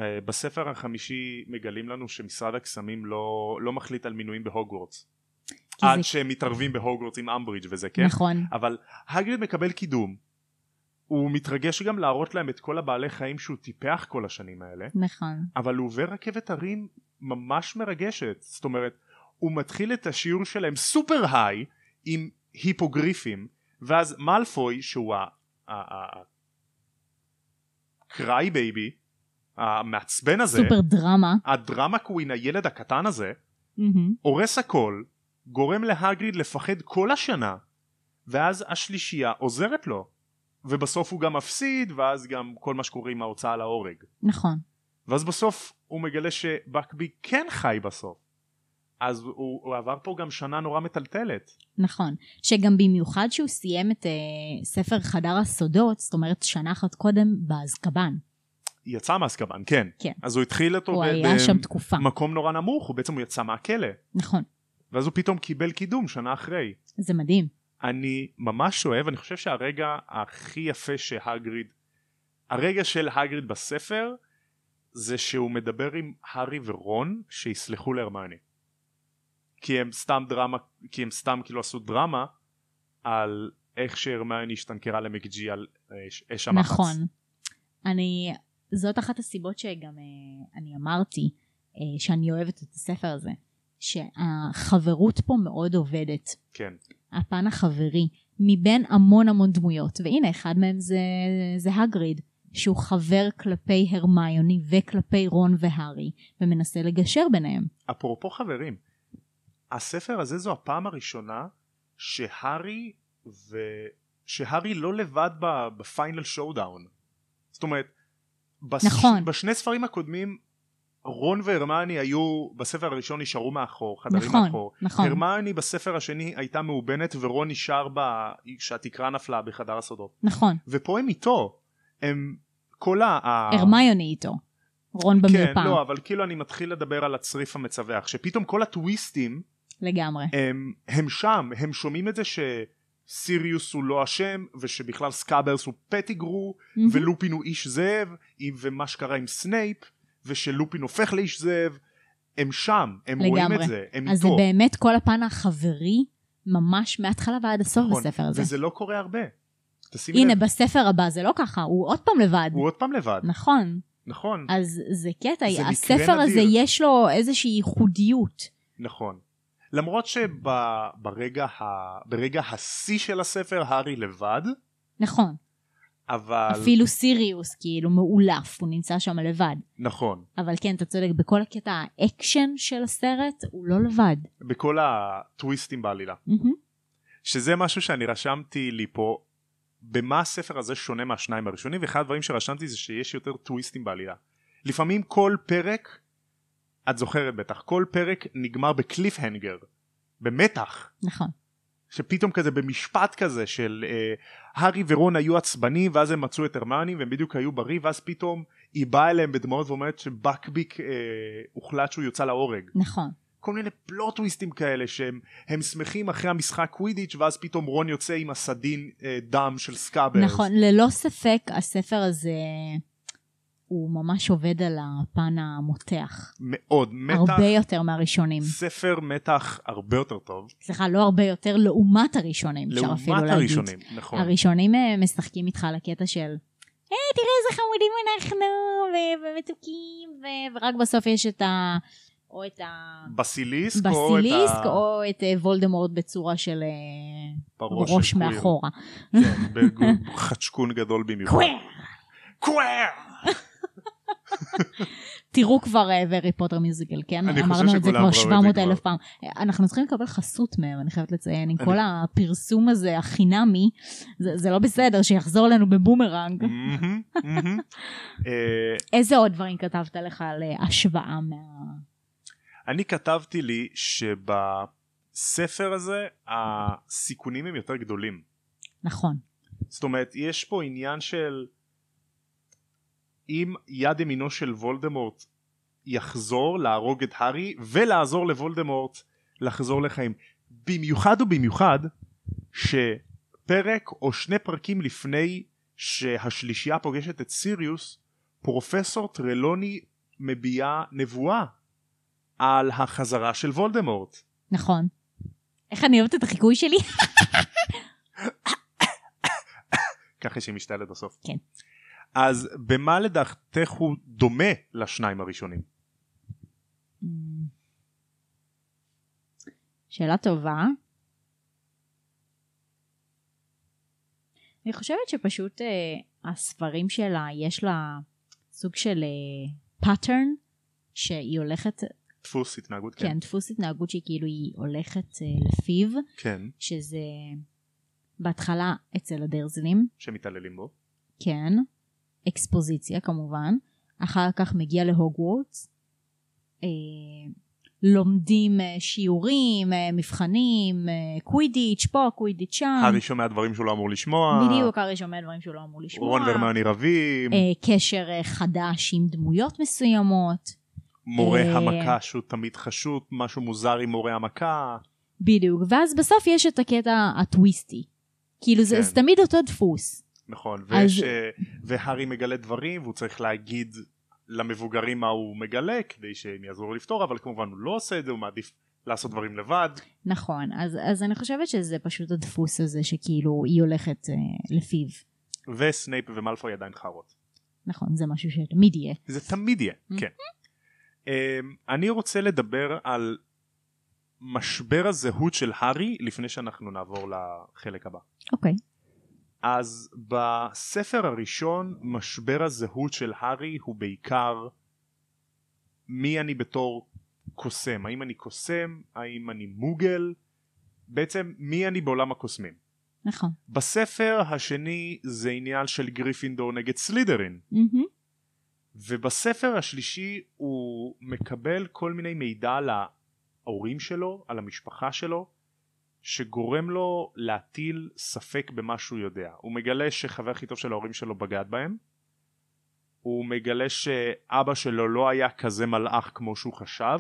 בספר החמישי מגלים לנו שמשרד הקסמים לא מחליט על מינויים בהוגוורטס. עד שהם מתערבים בהוגוורטס עם אמברידג' וזה, כן?
נכון.
אבל הגריד מקבל קידום. הוא מתרגש גם להראות להם את כל הבעלי חיים שהוא טיפח כל השנים האלה.
נכון.
אבל הוא עובר רכבת הרים ממש מרגשת. זאת אומרת, הוא מתחיל את השיעור שלהם סופר היי עם היפוגריפים, ואז מאלפוי שהוא קריי בייבי, המעצבן הזה,
סופר דרמה,
הדרמה קווין, הילד הקטן הזה, הורס הכל, גורם להגריד לפחד כל השנה, ואז השלישייה עוזרת לו, ובסוף הוא גם מפסיד, ואז גם כל מה שקורה עם ההוצאה להורג.
נכון.
ואז בסוף הוא מגלה שבקבי כן חי בסוף. אז הוא עבר פה גם שנה נורא מטלטלת.
נכון, שגם במיוחד שהוא סיים את ספר חדר הסודות, זאת אומרת שנה אחת קודם באזקבאן.
יצא מאזקבאן, כן.
כן.
אז הוא התחיל אותו
הוא היה שם תקופה.
במקום נורא נמוך, הוא בעצם יצא מהכלא.
נכון.
ואז הוא פתאום קיבל קידום שנה אחרי.
זה מדהים.
אני ממש אוהב, אני חושב שהרגע הכי יפה שהגריד, הרגע של הגריד בספר, זה שהוא מדבר עם הארי ורון שיסלחו להרמיוני. כי הם סתם כאילו עשו דרמה על איך שהרמיוני השתנקרה למקג'י על אש המחץ.
נכון. זאת אחת הסיבות שגם אני אמרתי שאני אוהבת את הספר הזה, שהחברות פה מאוד עובדת.
כן.
הפן החברי, מבין המון המון דמויות, והנה אחד מהם זה הגריד, שהוא חבר כלפי הרמיוני וכלפי רון והארי, ומנסה לגשר ביניהם.
אפרופו חברים, הספר הזה זו הפעם הראשונה שהארי לא לבד בפיינל שואודאון. זאת אומרת,
נכון.
בשני ספרים הקודמים רון והרמיוני היו בספר הראשון נשארו מאחור, חדרים
נכון,
מאחור.
נכון.
הרמיוני בספר השני הייתה מאובנת ורון נשאר שהתקרה נפלה בחדר הסודות.
נכון.
ופה הם איתו. הם כל
הרמיוני איתו. רון במרפאה.
כן, לא, אבל כאילו אני מתחיל לדבר על הצריף המצווח, שפתאום כל הטוויסטים
לגמרי.
הם שם, הם שומעים את זה שסיריוס הוא לא אשם, ושבכלל סקאברס הוא פטיגרו, ולופין הוא איש זאב, ומה שקרה עם סנייפ, ושלופין הופך לאיש זאב, הם שם, הם
לגמרי.
רואים את זה, הם
אז
איתו.
זה באמת כל הפן החברי, ממש מההתחלה ועד הסוף
נכון,
בספר הזה.
וזה לא קורה הרבה.
הנה, בספר הבא זה לא ככה, הוא עוד פעם לבד.
הוא עוד פעם לבד.
נכון.
נכון.
אז זה קטע,
זה
הספר הזה יש לו איזושהי ייחודיות.
נכון. למרות שברגע השיא של הספר הארי לבד.
נכון.
אבל
אפילו סיריוס כאילו מאולף, הוא נמצא שם לבד.
נכון.
אבל כן, אתה צודק, בכל הקטע האקשן של הסרט הוא לא לבד.
בכל הטוויסטים בעלילה. שזה משהו שאני רשמתי לי פה, במה הספר הזה שונה מהשניים הראשונים, ואחד הדברים שרשמתי זה שיש יותר טוויסטים בעלילה. לפעמים כל פרק, את זוכרת בטח, כל פרק נגמר בקליף הנגר, במתח.
נכון.
שפתאום כזה במשפט כזה של הארי ורון היו עצבנים, ואז הם מצאו את הרמיוני והם בדיוק היו בריא, ואז פתאום היא באה אליהם בדמעות ואומרת שבקביק הוחלט שהוא יוצא להורג.
נכון.
כל מיני פלוט טוויסטים כאלה שהם שמחים אחרי המשחק קווידיץ', ואז פתאום רון יוצא עם הסדין דם של סקאברס.
נכון, ללא ספק הספר הזה הוא ממש עובד על הפן המותח.
מאוד, מתח.
הרבה יותר מהראשונים.
ספר מתח הרבה יותר טוב.
סליחה, לא הרבה יותר, לעומת הראשונים.
לעומת הראשונים, נכון.
הראשונים משחקים איתך על הקטע של, תראה איזה חמודים אנחנו, ומתוקים, ורק בסוף יש את ה... או את
בסיליסק,
או את וולדמורט בצורה של ראש מאחורה.
כן, בחצ'קון גדול במיוחד. קוואר!
תראו כבר ורי פוטר מיוזיקל, כן?
אני חושב
אמרנו את זה כבר
שכולם ראו את זה
700,000 פעם. אנחנו צריכים לקבל חסות מהם, אני חייבת לציין, עם כל הפרסום הזה, החינמי, זה לא בסדר, שיחזור לנו בבומרנג. איזה עוד דברים כתבת לך על השוואה
אני כתבתי לי שבספר הזה הסיכונים הם יותר גדולים.
נכון.
זאת אומרת, יש פה עניין של אם יד ימינו של וולדמורט יחזור להרוג את הארי ולעזור לוולדמורט לחזור לחיים. במיוחד ובמיוחד שפרק או שני פרקים לפני שהשלישייה פוגשת את סיריוס, פרופסור טרלוני מביעה נבואה על החזרה של וולדמורט.
נכון. איך אני אוהבת את החיקוי שלי?
ככה שהיא משתעלת בסוף.
כן.
אז במה לדעתך הוא דומה לשניים הראשונים?
שאלה טובה. אני חושבת שפשוט הספרים שלה יש לה סוג של pattern שהיא הולכת...
דפוס התנהגות, כן.
כן, דפוס התנהגות שהיא כאילו היא הולכת לפיו.
כן.
שזה בהתחלה אצל הדרזלים.
שמתעללים בו.
כן. אקספוזיציה כמובן. אחר כך מגיע להוגוורטס. לומדים שיעורים, מבחנים, קווידיץ' פה, קווידיץ' שם.
הארי שומע דברים שהוא לא אמור לשמוע.
בדיוק, הארי שומע דברים שהוא לא אמור לשמוע.
רון והרמיוני רבים.
קשר חדש עם דמויות מסוימות.
מורה המכה שהוא תמיד חשוד, משהו מוזר עם מורה המכה.
בדיוק, ואז בסוף יש את הקטע הטוויסטי. כאילו זה תמיד אותו דפוס.
נכון, והארי מגלה דברים והוא צריך להגיד למבוגרים מה הוא מגלה כדי שהם יעזרו לפתור, אבל כמובן הוא לא עושה את זה, הוא מעדיף לעשות דברים לבד.
נכון, אז אני חושבת שזה פשוט הדפוס הזה שכאילו היא הולכת לפיו.
וסנייפ ומלפוי עדיין חרות.
נכון, זה משהו שתמיד יהיה.
זה תמיד יהיה, כן. אני רוצה לדבר על משבר הזהות של הארי לפני שאנחנו נעבור לחלק הבא.
אוקיי.
אז בספר הראשון משבר הזהות של הארי הוא בעיקר מי אני בתור קוסם, האם אני קוסם, האם אני מוגל, בעצם מי אני בעולם הקוסמים.
נכון.
בספר השני זה עניין של גריפינדור נגד סלידרין. ובספר השלישי הוא מקבל כל מיני מידע על ההורים שלו, על המשפחה שלו, שגורם לו להטיל ספק במה שהוא יודע. הוא מגלה שחבר הכי טוב של ההורים שלו בגד בהם. הוא מגלה שאבא שלו לא היה כזה מלאך כמו שהוא חשב.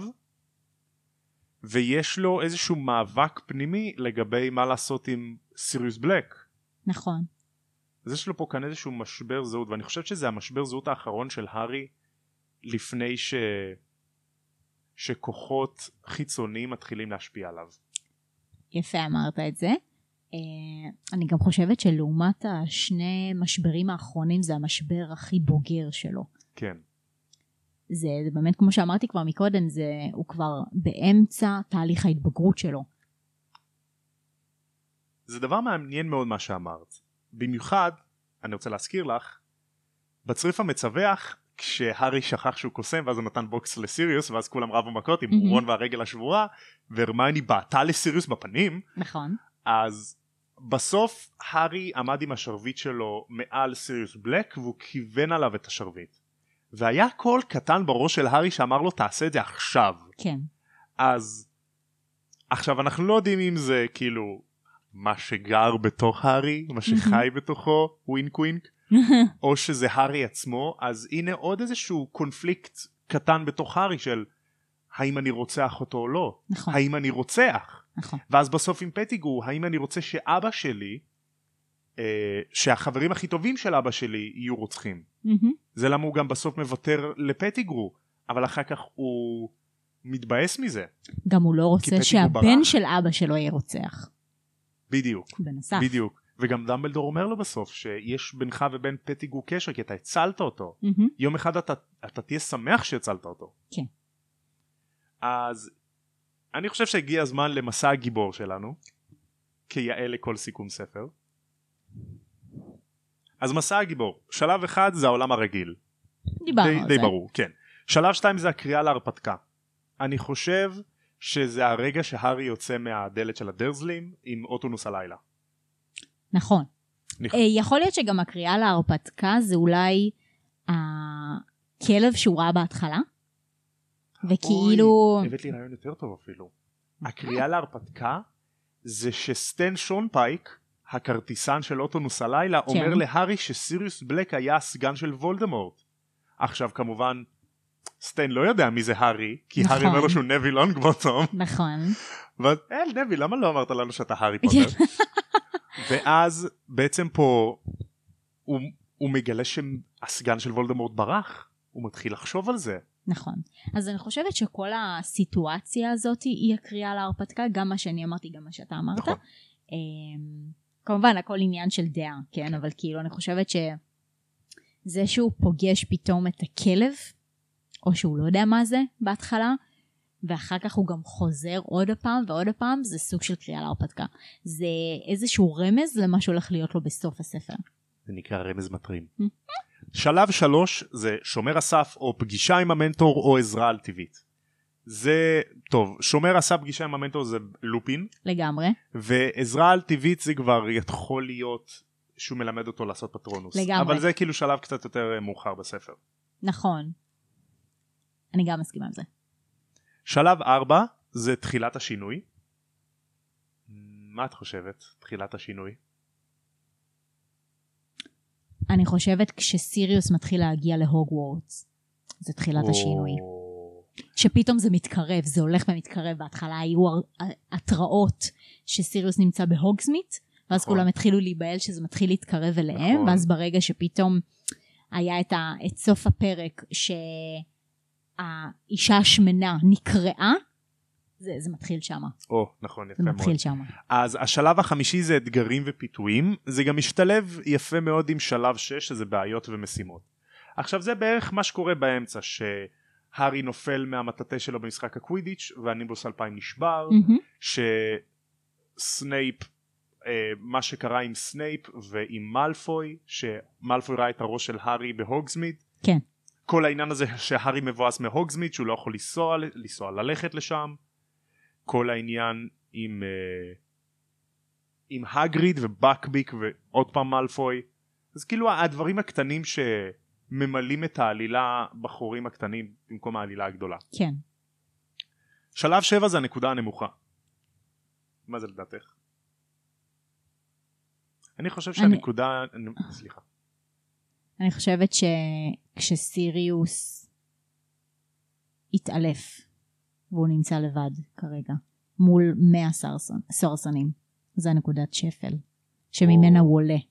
ויש לו איזשהו מאבק פנימי לגבי מה לעשות עם סיריוס בלק.
נכון.
אז יש לו פה כאן איזשהו משבר זהות, ואני חושב שזה המשבר זהות האחרון של הארי לפני שכוחות חיצוניים מתחילים להשפיע עליו.
יפה אמרת את זה. אני גם חושבת שלעומת השני משברים האחרונים זה המשבר הכי בוגר שלו.
כן.
זה באמת כמו שאמרתי כבר מקודם, הוא כבר באמצע תהליך ההתבגרות שלו.
זה דבר מעניין מאוד מה שאמרת. במיוחד, אני רוצה להזכיר לך, בצריף המצווח, כשהארי שכח שהוא קוסם ואז הוא נתן בוקס לסיריוס ואז כולם רבו מכות עם רון והרגל השבורה והרמיוני בעטה לסיריוס בפנים.
נכון.
אז בסוף הארי עמד עם השרביט שלו מעל סיריוס בלק והוא כיוון עליו את השרביט. והיה קול קטן בראש של הארי שאמר לו תעשה את זה עכשיו.
כן.
אז עכשיו אנחנו לא יודעים אם זה כאילו מה שגר בתוך הארי, מה שחי בתוכו, ווינק ווינק. או שזה הארי עצמו. אז הנה עוד איזשהו קונפליקט קטן בתוך הארי של האם אני רוצח אותו או לא.
נכון.
האם אני רוצח.
נכון.
ואז בסוף עם פטיגרו, האם אני רוצה שאבא שלי, שהחברים הכי טובים של אבא שלי יהיו רוצחים. זה למה הוא גם בסוף מוותר לפטיגרו, אבל אחר כך הוא מתבאס מזה.
גם הוא לא רוצה שהבן של אבא שלו יהיה רוצח.
בדיוק.
בנוסף.
בדיוק. וגם דמבלדור אומר לו בסוף שיש בינך ובין פטיגרו קשר כי אתה הצלת אותו. יום אחד אתה תהיה שמח שהצלת אותו.
כן.
אז אני חושב שהגיע הזמן למסע הגיבור שלנו, כיאה לכל סיכום ספר. אז מסע הגיבור, שלב אחד זה העולם הרגיל.
דיברנו על זה.
די ברור, כן. שלב 2 זה הקריאה להרפתקה. אני חושב שזה הרגע שהארי יוצא מהדלת של הדרזלים עם אוטונוס הלילה. נכון.
יכול להיות שגם הקריאה להרפתקה זה אולי הכלב שהוא ראה בהתחלה? וכאילו...
הבאת לי רעיון יותר טוב אפילו. הקריאה להרפתקה זה שסטן שונפייק, הכרטיסן של אוטונוס הלילה, אומר להארי שסיריוס בלק היה הסגן של וולדמורט. עכשיו כמובן סטן לא יודע מי זה הארי, כי הארי אומר לו שהוא נבי לונגבוטום.
נכון.
נבי, למה לא אמרת לנו שאתה הארי פוטר? ואז בעצם פה הוא מגלה שהסגן של וולדמורט ברח. הוא מתחיל לחשוב על זה.
נכון. אז אני חושבת שכל הסיטואציה הזאת היא הקריאה להרפתקה, גם מה שאני אמרתי, גם מה שאתה אמרת.
נכון.
כמובן, הכל עניין של דעה, כן? אבל כאילו, אני חושבת שזה שהוא פוגש פתאום את הכלב, או שהוא לא יודע מה זה בהתחלה, ואחר כך הוא גם חוזר עוד הפעם ועוד הפעם, זה סוג של קריאה להרפתקה. זה איזשהו רמז למה שהולך להיות לו בסוף הספר.
זה נקרא רמז מטרים. שלב 3 זה שומר הסף או פגישה עם המנטור או עזרה על טבעית. זה טוב, שומר הסף פגישה עם המנטור זה לופין.
לגמרי.
ועזרה על טבעית זה כבר יכול להיות שהוא מלמד אותו לעשות פטרונוס.
לגמרי.
אבל זה כאילו שלב קצת יותר מאוחר בספר.
נכון. אני גם מסכימה עם זה.
שלב 4 זה תחילת השינוי. מה את חושבת? תחילת השינוי?
אני חושבת כשסיריוס מתחיל להגיע להוגוורטס, זה תחילת השינוי. שפתאום זה מתקרב, זה הולך ומתקרב. בהתחלה היו התראות שסיריוס נמצא בהוגסמית, ואז כולם התחילו להיבהל שזה מתחיל להתקרב אליהם, ואז ברגע שפתאום היה את סוף הפרק שהאישה השמנה נקראה, זה מתחיל שמה.
נכון, יפה
זה
מאוד.
מתחיל שמה.
אז השלב החמישי זה אתגרים ופיתויים, זה גם משתלב יפה מאוד עם שלב 6, שזה בעיות ומשימות. עכשיו זה בערך מה שקורה באמצע, שהארי נופל מהמטאטה שלו במשחק הקווידיץ' והנימבוס 2000 נשבר, שסנייפ, מה שקרה עם סנייפ ועם מאלפוי, שמאלפוי ראה את הראש של הארי בהוגסמית,
כן.
כל העניין הזה שהארי מבואס מהוגסמית, שהוא לא יכול לנסוע ללכת לשם, כל העניין עם הגריד ובקביק ועוד פעם מאלפוי, אז כאילו הדברים הקטנים שממלאים את העלילה בחורים הקטנים במקום העלילה הגדולה.
כן.
שלב 7 זה הנקודה הנמוכה. מה זה לדעתך? אני חושב שהנקודה... סליחה.
אני חושבת שכשסיריוס התעלף, והוא נמצא לבד כרגע, מול 100 סורסנים. זה הנקודת שפל, שממנה הוא עולה.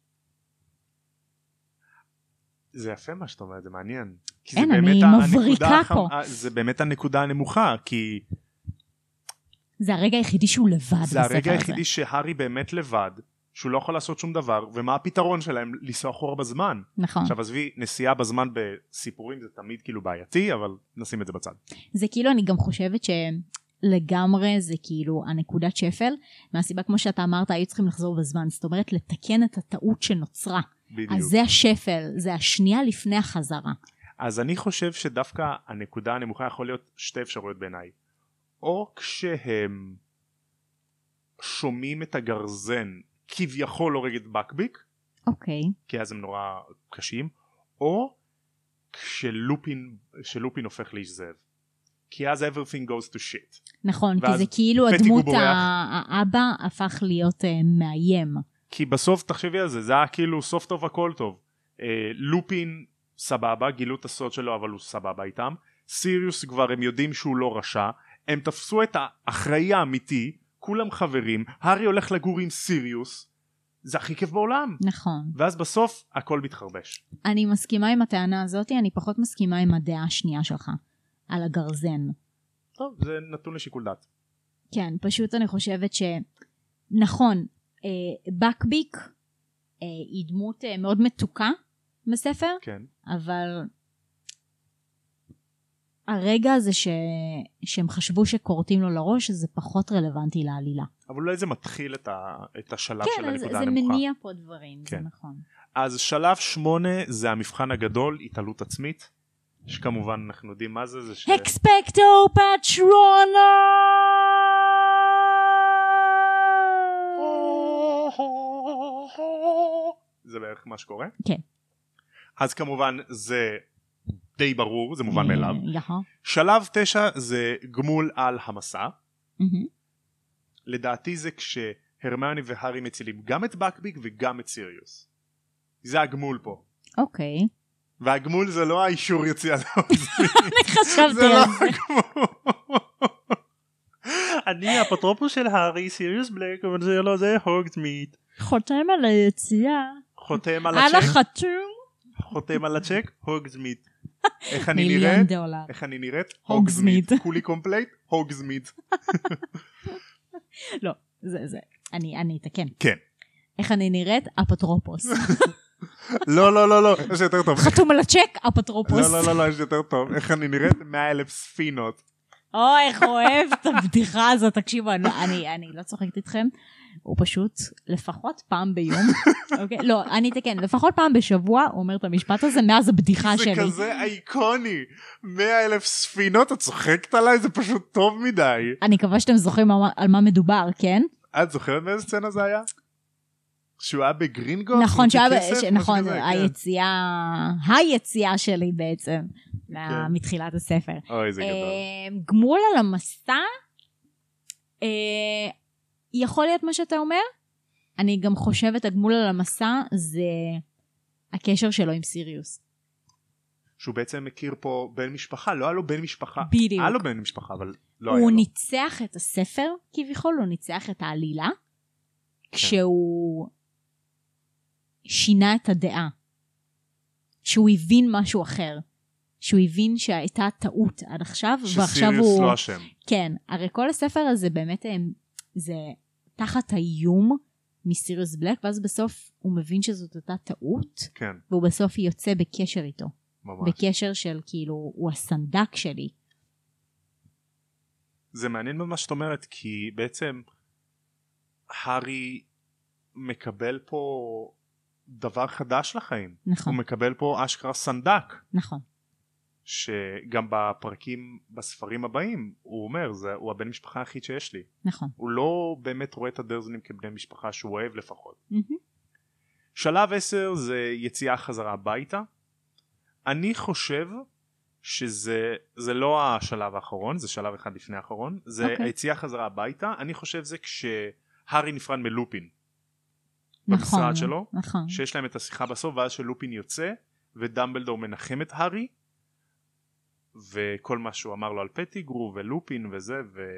זה יפה מה שאתה אומר, זה מעניין.
אין, אני מבריקה פה.
זה באמת הנקודה הנמוכה, כי...
זה הרגע היחידי שהוא לבד בספר הזה.
זה הרגע היחידי שהארי באמת לבד, שהוא לא יכול לעשות שום דבר, ומה הפתרון שלהם? לנסוע אחורה בזמן.
נכון.
עכשיו עזבי, נסיעה בזמן בסיפורים זה תמיד כאילו בעייתי, אבל נשים את זה בצד.
זה כאילו, אני גם חושבת שלגמרי זה כאילו הנקודת שפל, מהסיבה כמו שאתה אמרת, היו צריכים לחזור בזמן, זאת אומרת לתקן את הטעות שנוצרה.
בדיוק.
אז זה השפל, זה השנייה לפני החזרה.
אז אני חושב שדווקא הנקודה הנמוכה יכול להיות שתי אפשרויות בעיניי. או כשהם שומעים את הגרזן, כביכול הורג את בקביק,
אוקיי.
כי אז הם נורא קשים, או כשלופין הופך לאיש זאב. כי אז everything goes to shit.
נכון, כי זה כאילו הדמות האבא הפך להיות מאיים.
כי בסוף תחשבי על זה, זה היה כאילו סוף טוב הכל טוב. לופין סבבה, גילו את הסוד שלו אבל הוא סבבה איתם. סיריוס כבר הם יודעים שהוא לא רשע, הם תפסו את האחראי האמיתי, כולם חברים, הארי הולך לגור עם סיריוס, זה הכי כיף בעולם.
נכון.
ואז בסוף הכל מתחרבש.
אני מסכימה עם הטענה הזאת, אני פחות מסכימה עם הדעה השנייה שלך, על הגרזן.
טוב, זה נתון לשיקול דעת.
כן, פשוט אני חושבת נכון, בקביק היא דמות מאוד מתוקה בספר,
כן.
אבל הרגע הזה שהם חשבו שקורטים לו לראש, זה פחות רלוונטי לעלילה.
אבל אולי זה מתחיל את השלב
כן,
של הנקודה הנמוכה.
כן, זה מניע פה דברים,
כן.
זה נכון.
אז שלב 8 זה המבחן הגדול, התעלות עצמית, שכמובן אנחנו יודעים מה זה,
אקספקטו פטרונה!
זה בערך מה שקורה.
כן.
אז כמובן זה די ברור, זה מובן מאליו.
נכון.
שלב 9 זה גמול על המסע. לדעתי זה כשהרמיוני והארי מצילים גם את בקביק וגם את סיריוס. זה הגמול פה.
אוקיי.
והגמול זה לא האישור יציאה.
אני חשבתי על זה.
אני האפוטרופוס של הארי, סיריוס בלק, אבל זה לא, זה הוגסמית.
חותם על היציאה.
חותם על
על
הצ'ק.
החתום.
חותם על הצ'ק, הוגסמית. איך אני נראית? איך אני נראית? הוגזמית. כולי קומפלייט? הוגזמית.
לא, זה. אני אתקן.
כן.
איך אני נראית? אפוטרופוס.
לא, יש יותר טוב.
חתום על הצ'ק, אפוטרופוס.
לא, יש יותר טוב. איך אני נראית? 100,000 ספינות.
איך אוהב את הבדיחה הזאת, תקשיבו, אני לא צוחקת איתכם, הוא פשוט לפחות פעם ביום, לא, אני אתקן, לפחות פעם בשבוע, הוא אומר את המשפט הזה, מאז הבדיחה שלי.
זה כזה אייקוני, 100,000 ספינות, את צוחקת עליי, זה פשוט טוב מדי.
אני מקווה שאתם זוכרים על מה מדובר, כן?
את זוכרת באיזה סצנה זה היה? שהוא היה בגרינגוט?
נכון, היציאה שלי בעצם, מתחילת הספר.
אוי, זה גדול.
גמול על המסע, יכול להיות מה שאתה אומר? אני גם חושבת הגמול על המסע זה הקשר שלו עם סיריוס.
שהוא בעצם מכיר פה בן משפחה, לא היה לו בן משפחה.
בדיוק.
היה לו בן משפחה, אבל לא היה לו.
הוא ניצח את הספר כביכול, הוא ניצח את העלילה, כשהוא שינה את הדעה. שהוא הבין משהו אחר. שהוא הבין שהייתה טעות עד עכשיו, ועכשיו הוא...
שסיריוס לא אשם.
כן, הרי כל הספר הזה באמת, זה תחת האיום מסיריוס בלק, ואז בסוף הוא מבין שזאת אותה טעות,
כן.
והוא בסוף יוצא בקשר איתו.
ממש.
בקשר של כאילו, הוא הסנדק שלי.
זה מעניין במה שאת אומרת, כי בעצם הארי מקבל פה דבר חדש לחיים.
נכון.
הוא מקבל פה אשכרה סנדק.
נכון.
שגם בפרקים, בספרים הבאים, הוא אומר, הוא הבן משפחה היחיד שיש לי.
נכון.
הוא לא באמת רואה את הדרזלים כבני משפחה שהוא אוהב לפחות. שלב 10 זה יציאה חזרה הביתה. אני חושב שזה לא השלב האחרון, זה שלב אחד לפני האחרון. זה היציאה חזרה הביתה. אני חושב זה כשהארי נפרד מלופין. במשרד שלו.
נכון.
שיש להם את השיחה בסוף, ואז שלופין יוצא, ודמבלדור מנחם את הארי. וכל מה שהוא אמר לו על פטיגרו ולופין וזה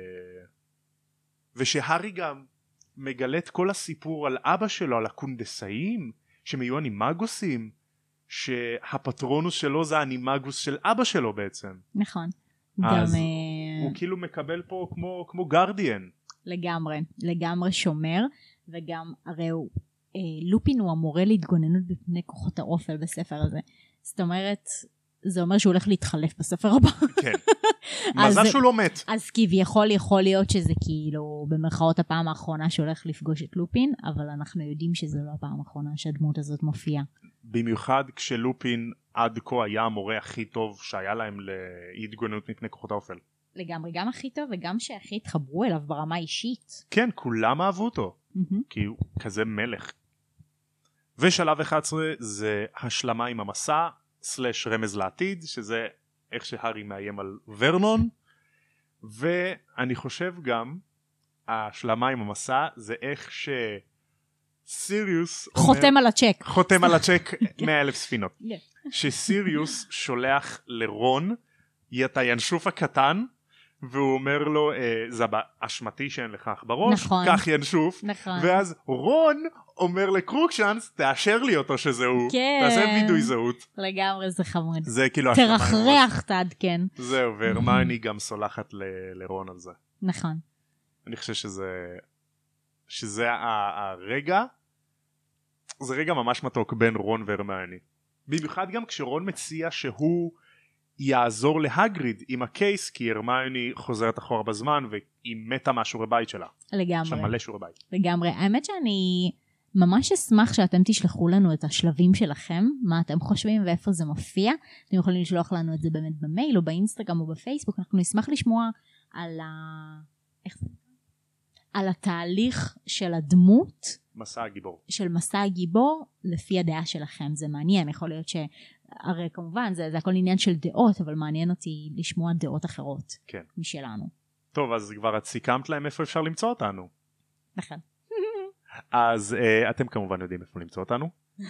ושהארי גם מגלה את כל הסיפור על אבא שלו, על הקונדסאים שהם היו אנימגוסים, שהפטרונוס שלו זה האנימגוס של אבא שלו בעצם.
נכון.
אז הוא כאילו מקבל פה כמו גרדיאן.
לגמרי שומר, וגם הרי לופין הוא המורה להתגוננות בפני כוחות האופל בספר הזה. זאת אומרת, זה אומר שהוא הולך להתחלף בספר הבא.
כן. מזל שהוא לא מת.
אז כביכול יכול להיות שזה כאילו במרכאות הפעם האחרונה שהולך לפגוש את לופין, אבל אנחנו יודעים שזה לא הפעם האחרונה שהדמות הזאת מופיעה.
במיוחד כשלופין עד כה היה המורה הכי טוב שהיה להם להתגוננות מפני כוחות האופל.
לגמרי, גם הכי טוב וגם שהכי התחברו אליו ברמה אישית.
כן, כולם אהבו אותו. כי הוא כזה מלך. ושלב 11 זה השלמה עם המסע, סלש רמז לעתיד, שזה איך שהארי מאיים על ורנון, ואני חושב גם השלמה עם המסע זה איך שסיריוס
חותם על הצ'ק.
חותם על הצ'ק 100,000 ספינות. שסיריוס שולח לרון את הינשוף הקטן, והוא אומר לו, זה באשמתי שאין לך אח בראש,
נכון,
כך ינשוף,
נכון.
ואז רון אומר לקרוקשאנס, תאשר לי אותו שזה הוא,
כן.
תעשה וידוי זהות.
לגמרי, זה חמוד.
זה כאילו
תרחרח תעדכן.
זהו, והרמיוני גם סולחת לרון על זה.
נכון.
אני חושב שזה הרגע, זה רגע ממש מתוק בין רון והרמיוני. במיוחד גם כשרון מציע שהוא יעזור להגריד עם הקייס, כי הרמיוני חוזרת אחורה בזמן והיא מתה מהשיעורי בית שלה.
לגמרי.
שם מלא שיעורי בית.
לגמרי. האמת שאני ממש אשמח שאתם תשלחו לנו את השלבים שלכם, מה אתם חושבים ואיפה זה מופיע. אתם יכולים לשלוח לנו את זה באמת במייל או באינסטגרם או בפייסבוק. אנחנו נשמח לשמוע על התהליך של הדמות.
מסע הגיבור.
של מסע הגיבור לפי הדעה שלכם. זה מעניין. יכול להיות הרי כמובן זה הכל עניין של דעות, אבל מעניין אותי לשמוע דעות אחרות.
כן.
משלנו.
טוב, אז כבר את סיכמת להם איפה אפשר למצוא אותנו.
נכון.
אז אתם כמובן יודעים איפה למצוא אותנו.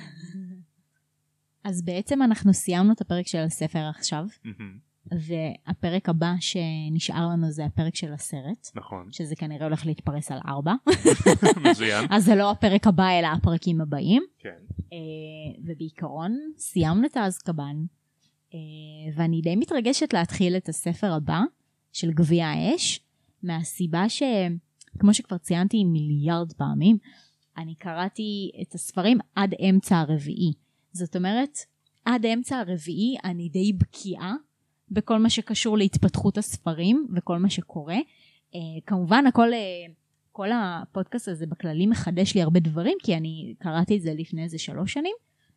אז בעצם אנחנו סיימנו את הפרק של הספר עכשיו, והפרק הבא שנשאר לנו זה הפרק של הסרט.
נכון.
שזה כנראה הולך להתפרס על 4.
מצוין.
אז זה לא הפרק הבא אלא הפרקים הבאים.
כן.
ובעיקרון סיימנו את האזקבאן. ואני די מתרגשת להתחיל את הספר הבא של גביע האש, מהסיבה שכמו שכבר ציינתי מיליארד פעמים, אני קראתי את הספרים עד אמצע הרביעי. זאת אומרת, עד אמצע הרביעי אני די בקיאה בכל מה שקשור להתפתחות הספרים וכל מה שקורה. כמובן, כל הפודקאסט הזה בכללי מחדש לי הרבה דברים, כי אני קראתי את זה לפני איזה 3 שנים.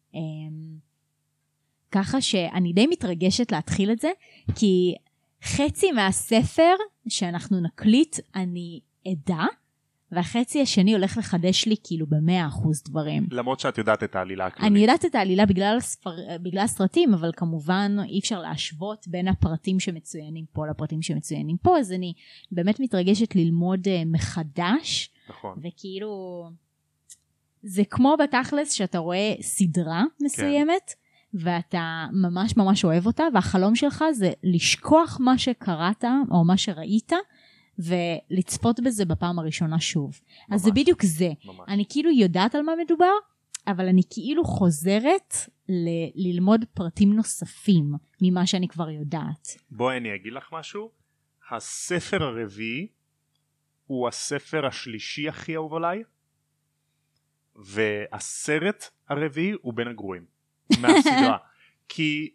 ככה שאני די מתרגשת להתחיל את זה, כי חצי מהספר שאנחנו נקליט אני אדע, והחצי השני הולך לחדש לי כאילו ב100% דברים.
למרות שאת יודעת את העלילה הכללית.
אני יודעת את העלילה בגלל הסרטים, אבל כמובן אי אפשר להשוות בין הפרטים שמצוינים פה לפרטים שמצוינים פה, אז אני באמת מתרגשת ללמוד מחדש.
נכון.
וכאילו, זה כמו בתכלס שאתה רואה סדרה מסוימת, ואתה ממש ממש אוהב אותה, והחלום שלך זה לשכוח מה שקראת או מה שראית, ולצפות בזה בפעם הראשונה שוב. ממש, אז זה בדיוק זה. ממש. אני כאילו יודעת על מה מדובר, אבל אני כאילו חוזרת ללמוד פרטים נוספים ממה שאני כבר יודעת.
בואי אני אגיד לך משהו. הספר הרביעי הוא הספר השלישי הכי אהוב עליי, והסרט הרביעי הוא בין הגרועים מהסדרה. כי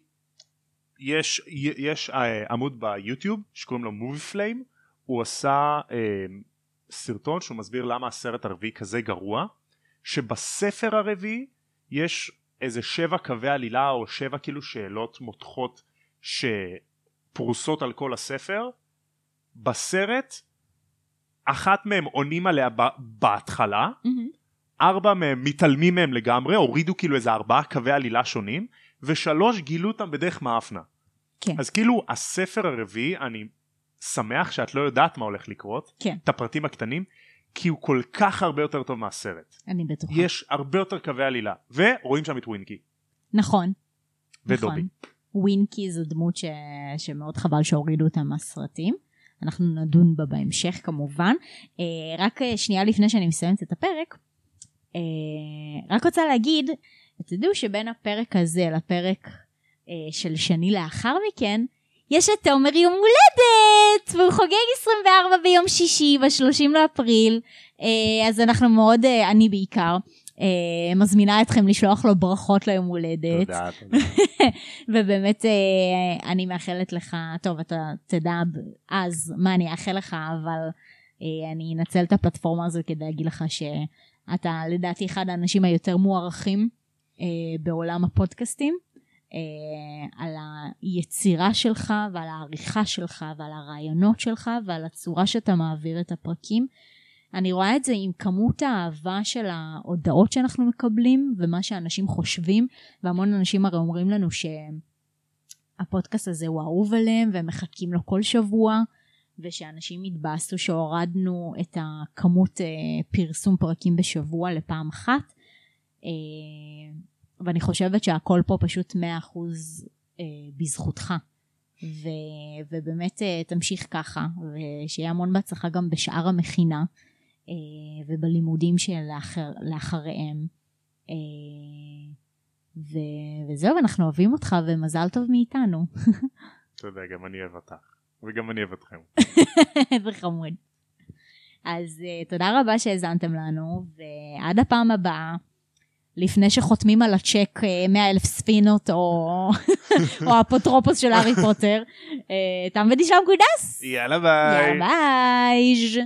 יש עמוד ביוטיוב שקוראים לו מובי פליים, הוא עשה סרטון שהוא מסביר למה הסרט הרביעי כזה גרוע, שבספר הרביעי יש איזה 7 קווי עלילה או 7 כאילו שאלות מותחות שפרוסות על כל הספר. בסרט 1 מהם עונים עליה בהתחלה, 4 מהם מתעלמים מהם לגמרי, הורידו כאילו איזה 4 קווי עלילה שונים, ו3 גילו אותם בדרך מאפנה.
כן.
אז כאילו הספר הרביעי, אני שמח שאת לא יודעת מה הולך לקרות,
כן.
את הפרטים הקטנים, כי הוא כל כך הרבה יותר טוב מהסרט.
אני בטוחה.
יש הרבה יותר קווי עלילה, ורואים שם את ווינקי.
נכון.
ודובי.
נכון. ווינקי זו דמות שמאוד חבל שהורידו אותה מהסרטים. אנחנו נדון בה בהמשך כמובן. רק שנייה לפני שאני מסיימת את הפרק, רק רוצה להגיד, תדעו שבין הפרק הזה לפרק של שני לאחר מכן, יש את תומר יום הולדת, והוא חוגג 24 ביום שישי, ב-30 לאפריל, אז אנחנו מאוד, אני בעיקר, מזמינה אתכם לשלוח לו ברכות ליום הולדת.
תודה, תודה.
ובאמת אני מאחלת לך, טוב, אתה תדע אז מה אני אאחל לך, אבל אני אנצל את הפלטפורמה הזו כדי להגיד לך שאתה לדעתי אחד האנשים היותר מוערכים בעולם הפודקאסטים, על היצירה שלך ועל העריכה שלך ועל הרעיונות שלך ועל הצורה שאתה מעביר את הפרקים. אני רואה את זה עם כמות האהבה של ההודעות שאנחנו מקבלים ומה שאנשים חושבים, והמון אנשים הרי אומרים לנו שהפודקאסט הזה הוא אהוב עליהם והם מחכים לו כל שבוע, ושאנשים התבאסו שהורדנו את הכמות פרסום פרקים בשבוע לפעם אחת, ואני חושבת שהכל פה פשוט 100% בזכותך, ובאמת תמשיך ככה, ושיהיה המון בהצלחה גם בשאר המכינה, ובלימודים שלאחריהם, וזהו, אנחנו אוהבים אותך ומזל טוב מאיתנו.
תודה, גם אני אוהב אותך, וגם אני אוהב אתכם.
זה חמוד. אז תודה רבה שהזנתם לנו, ועד הפעם הבאה, לפני שחותמים על הצ'ק 100,000 ספינות או אפוטרופוס של הארי פוטר, תם ונשלם קודס.
יאללה ביי.
יאללה ביי.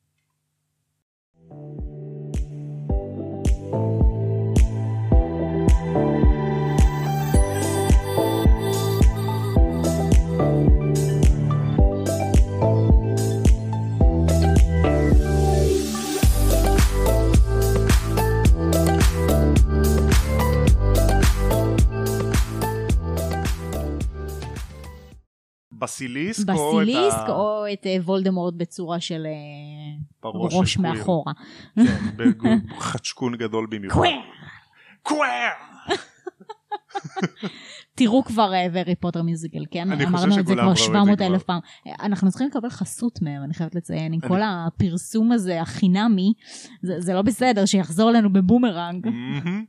בסיליסק
או את וולדמורט בצורה של ראש מאחורה.
חצ'קון גדול במיוחד. קוואר!
תראו כבר ורי פוטר מיוזיקל, כן? אמרנו את זה כבר 700,000 פעם. אנחנו צריכים לקבל חסות מהם, אני חייבת לציין, עם כל הפרסום הזה, החינמי, זה לא בסדר, שיחזור לנו בבומרנג.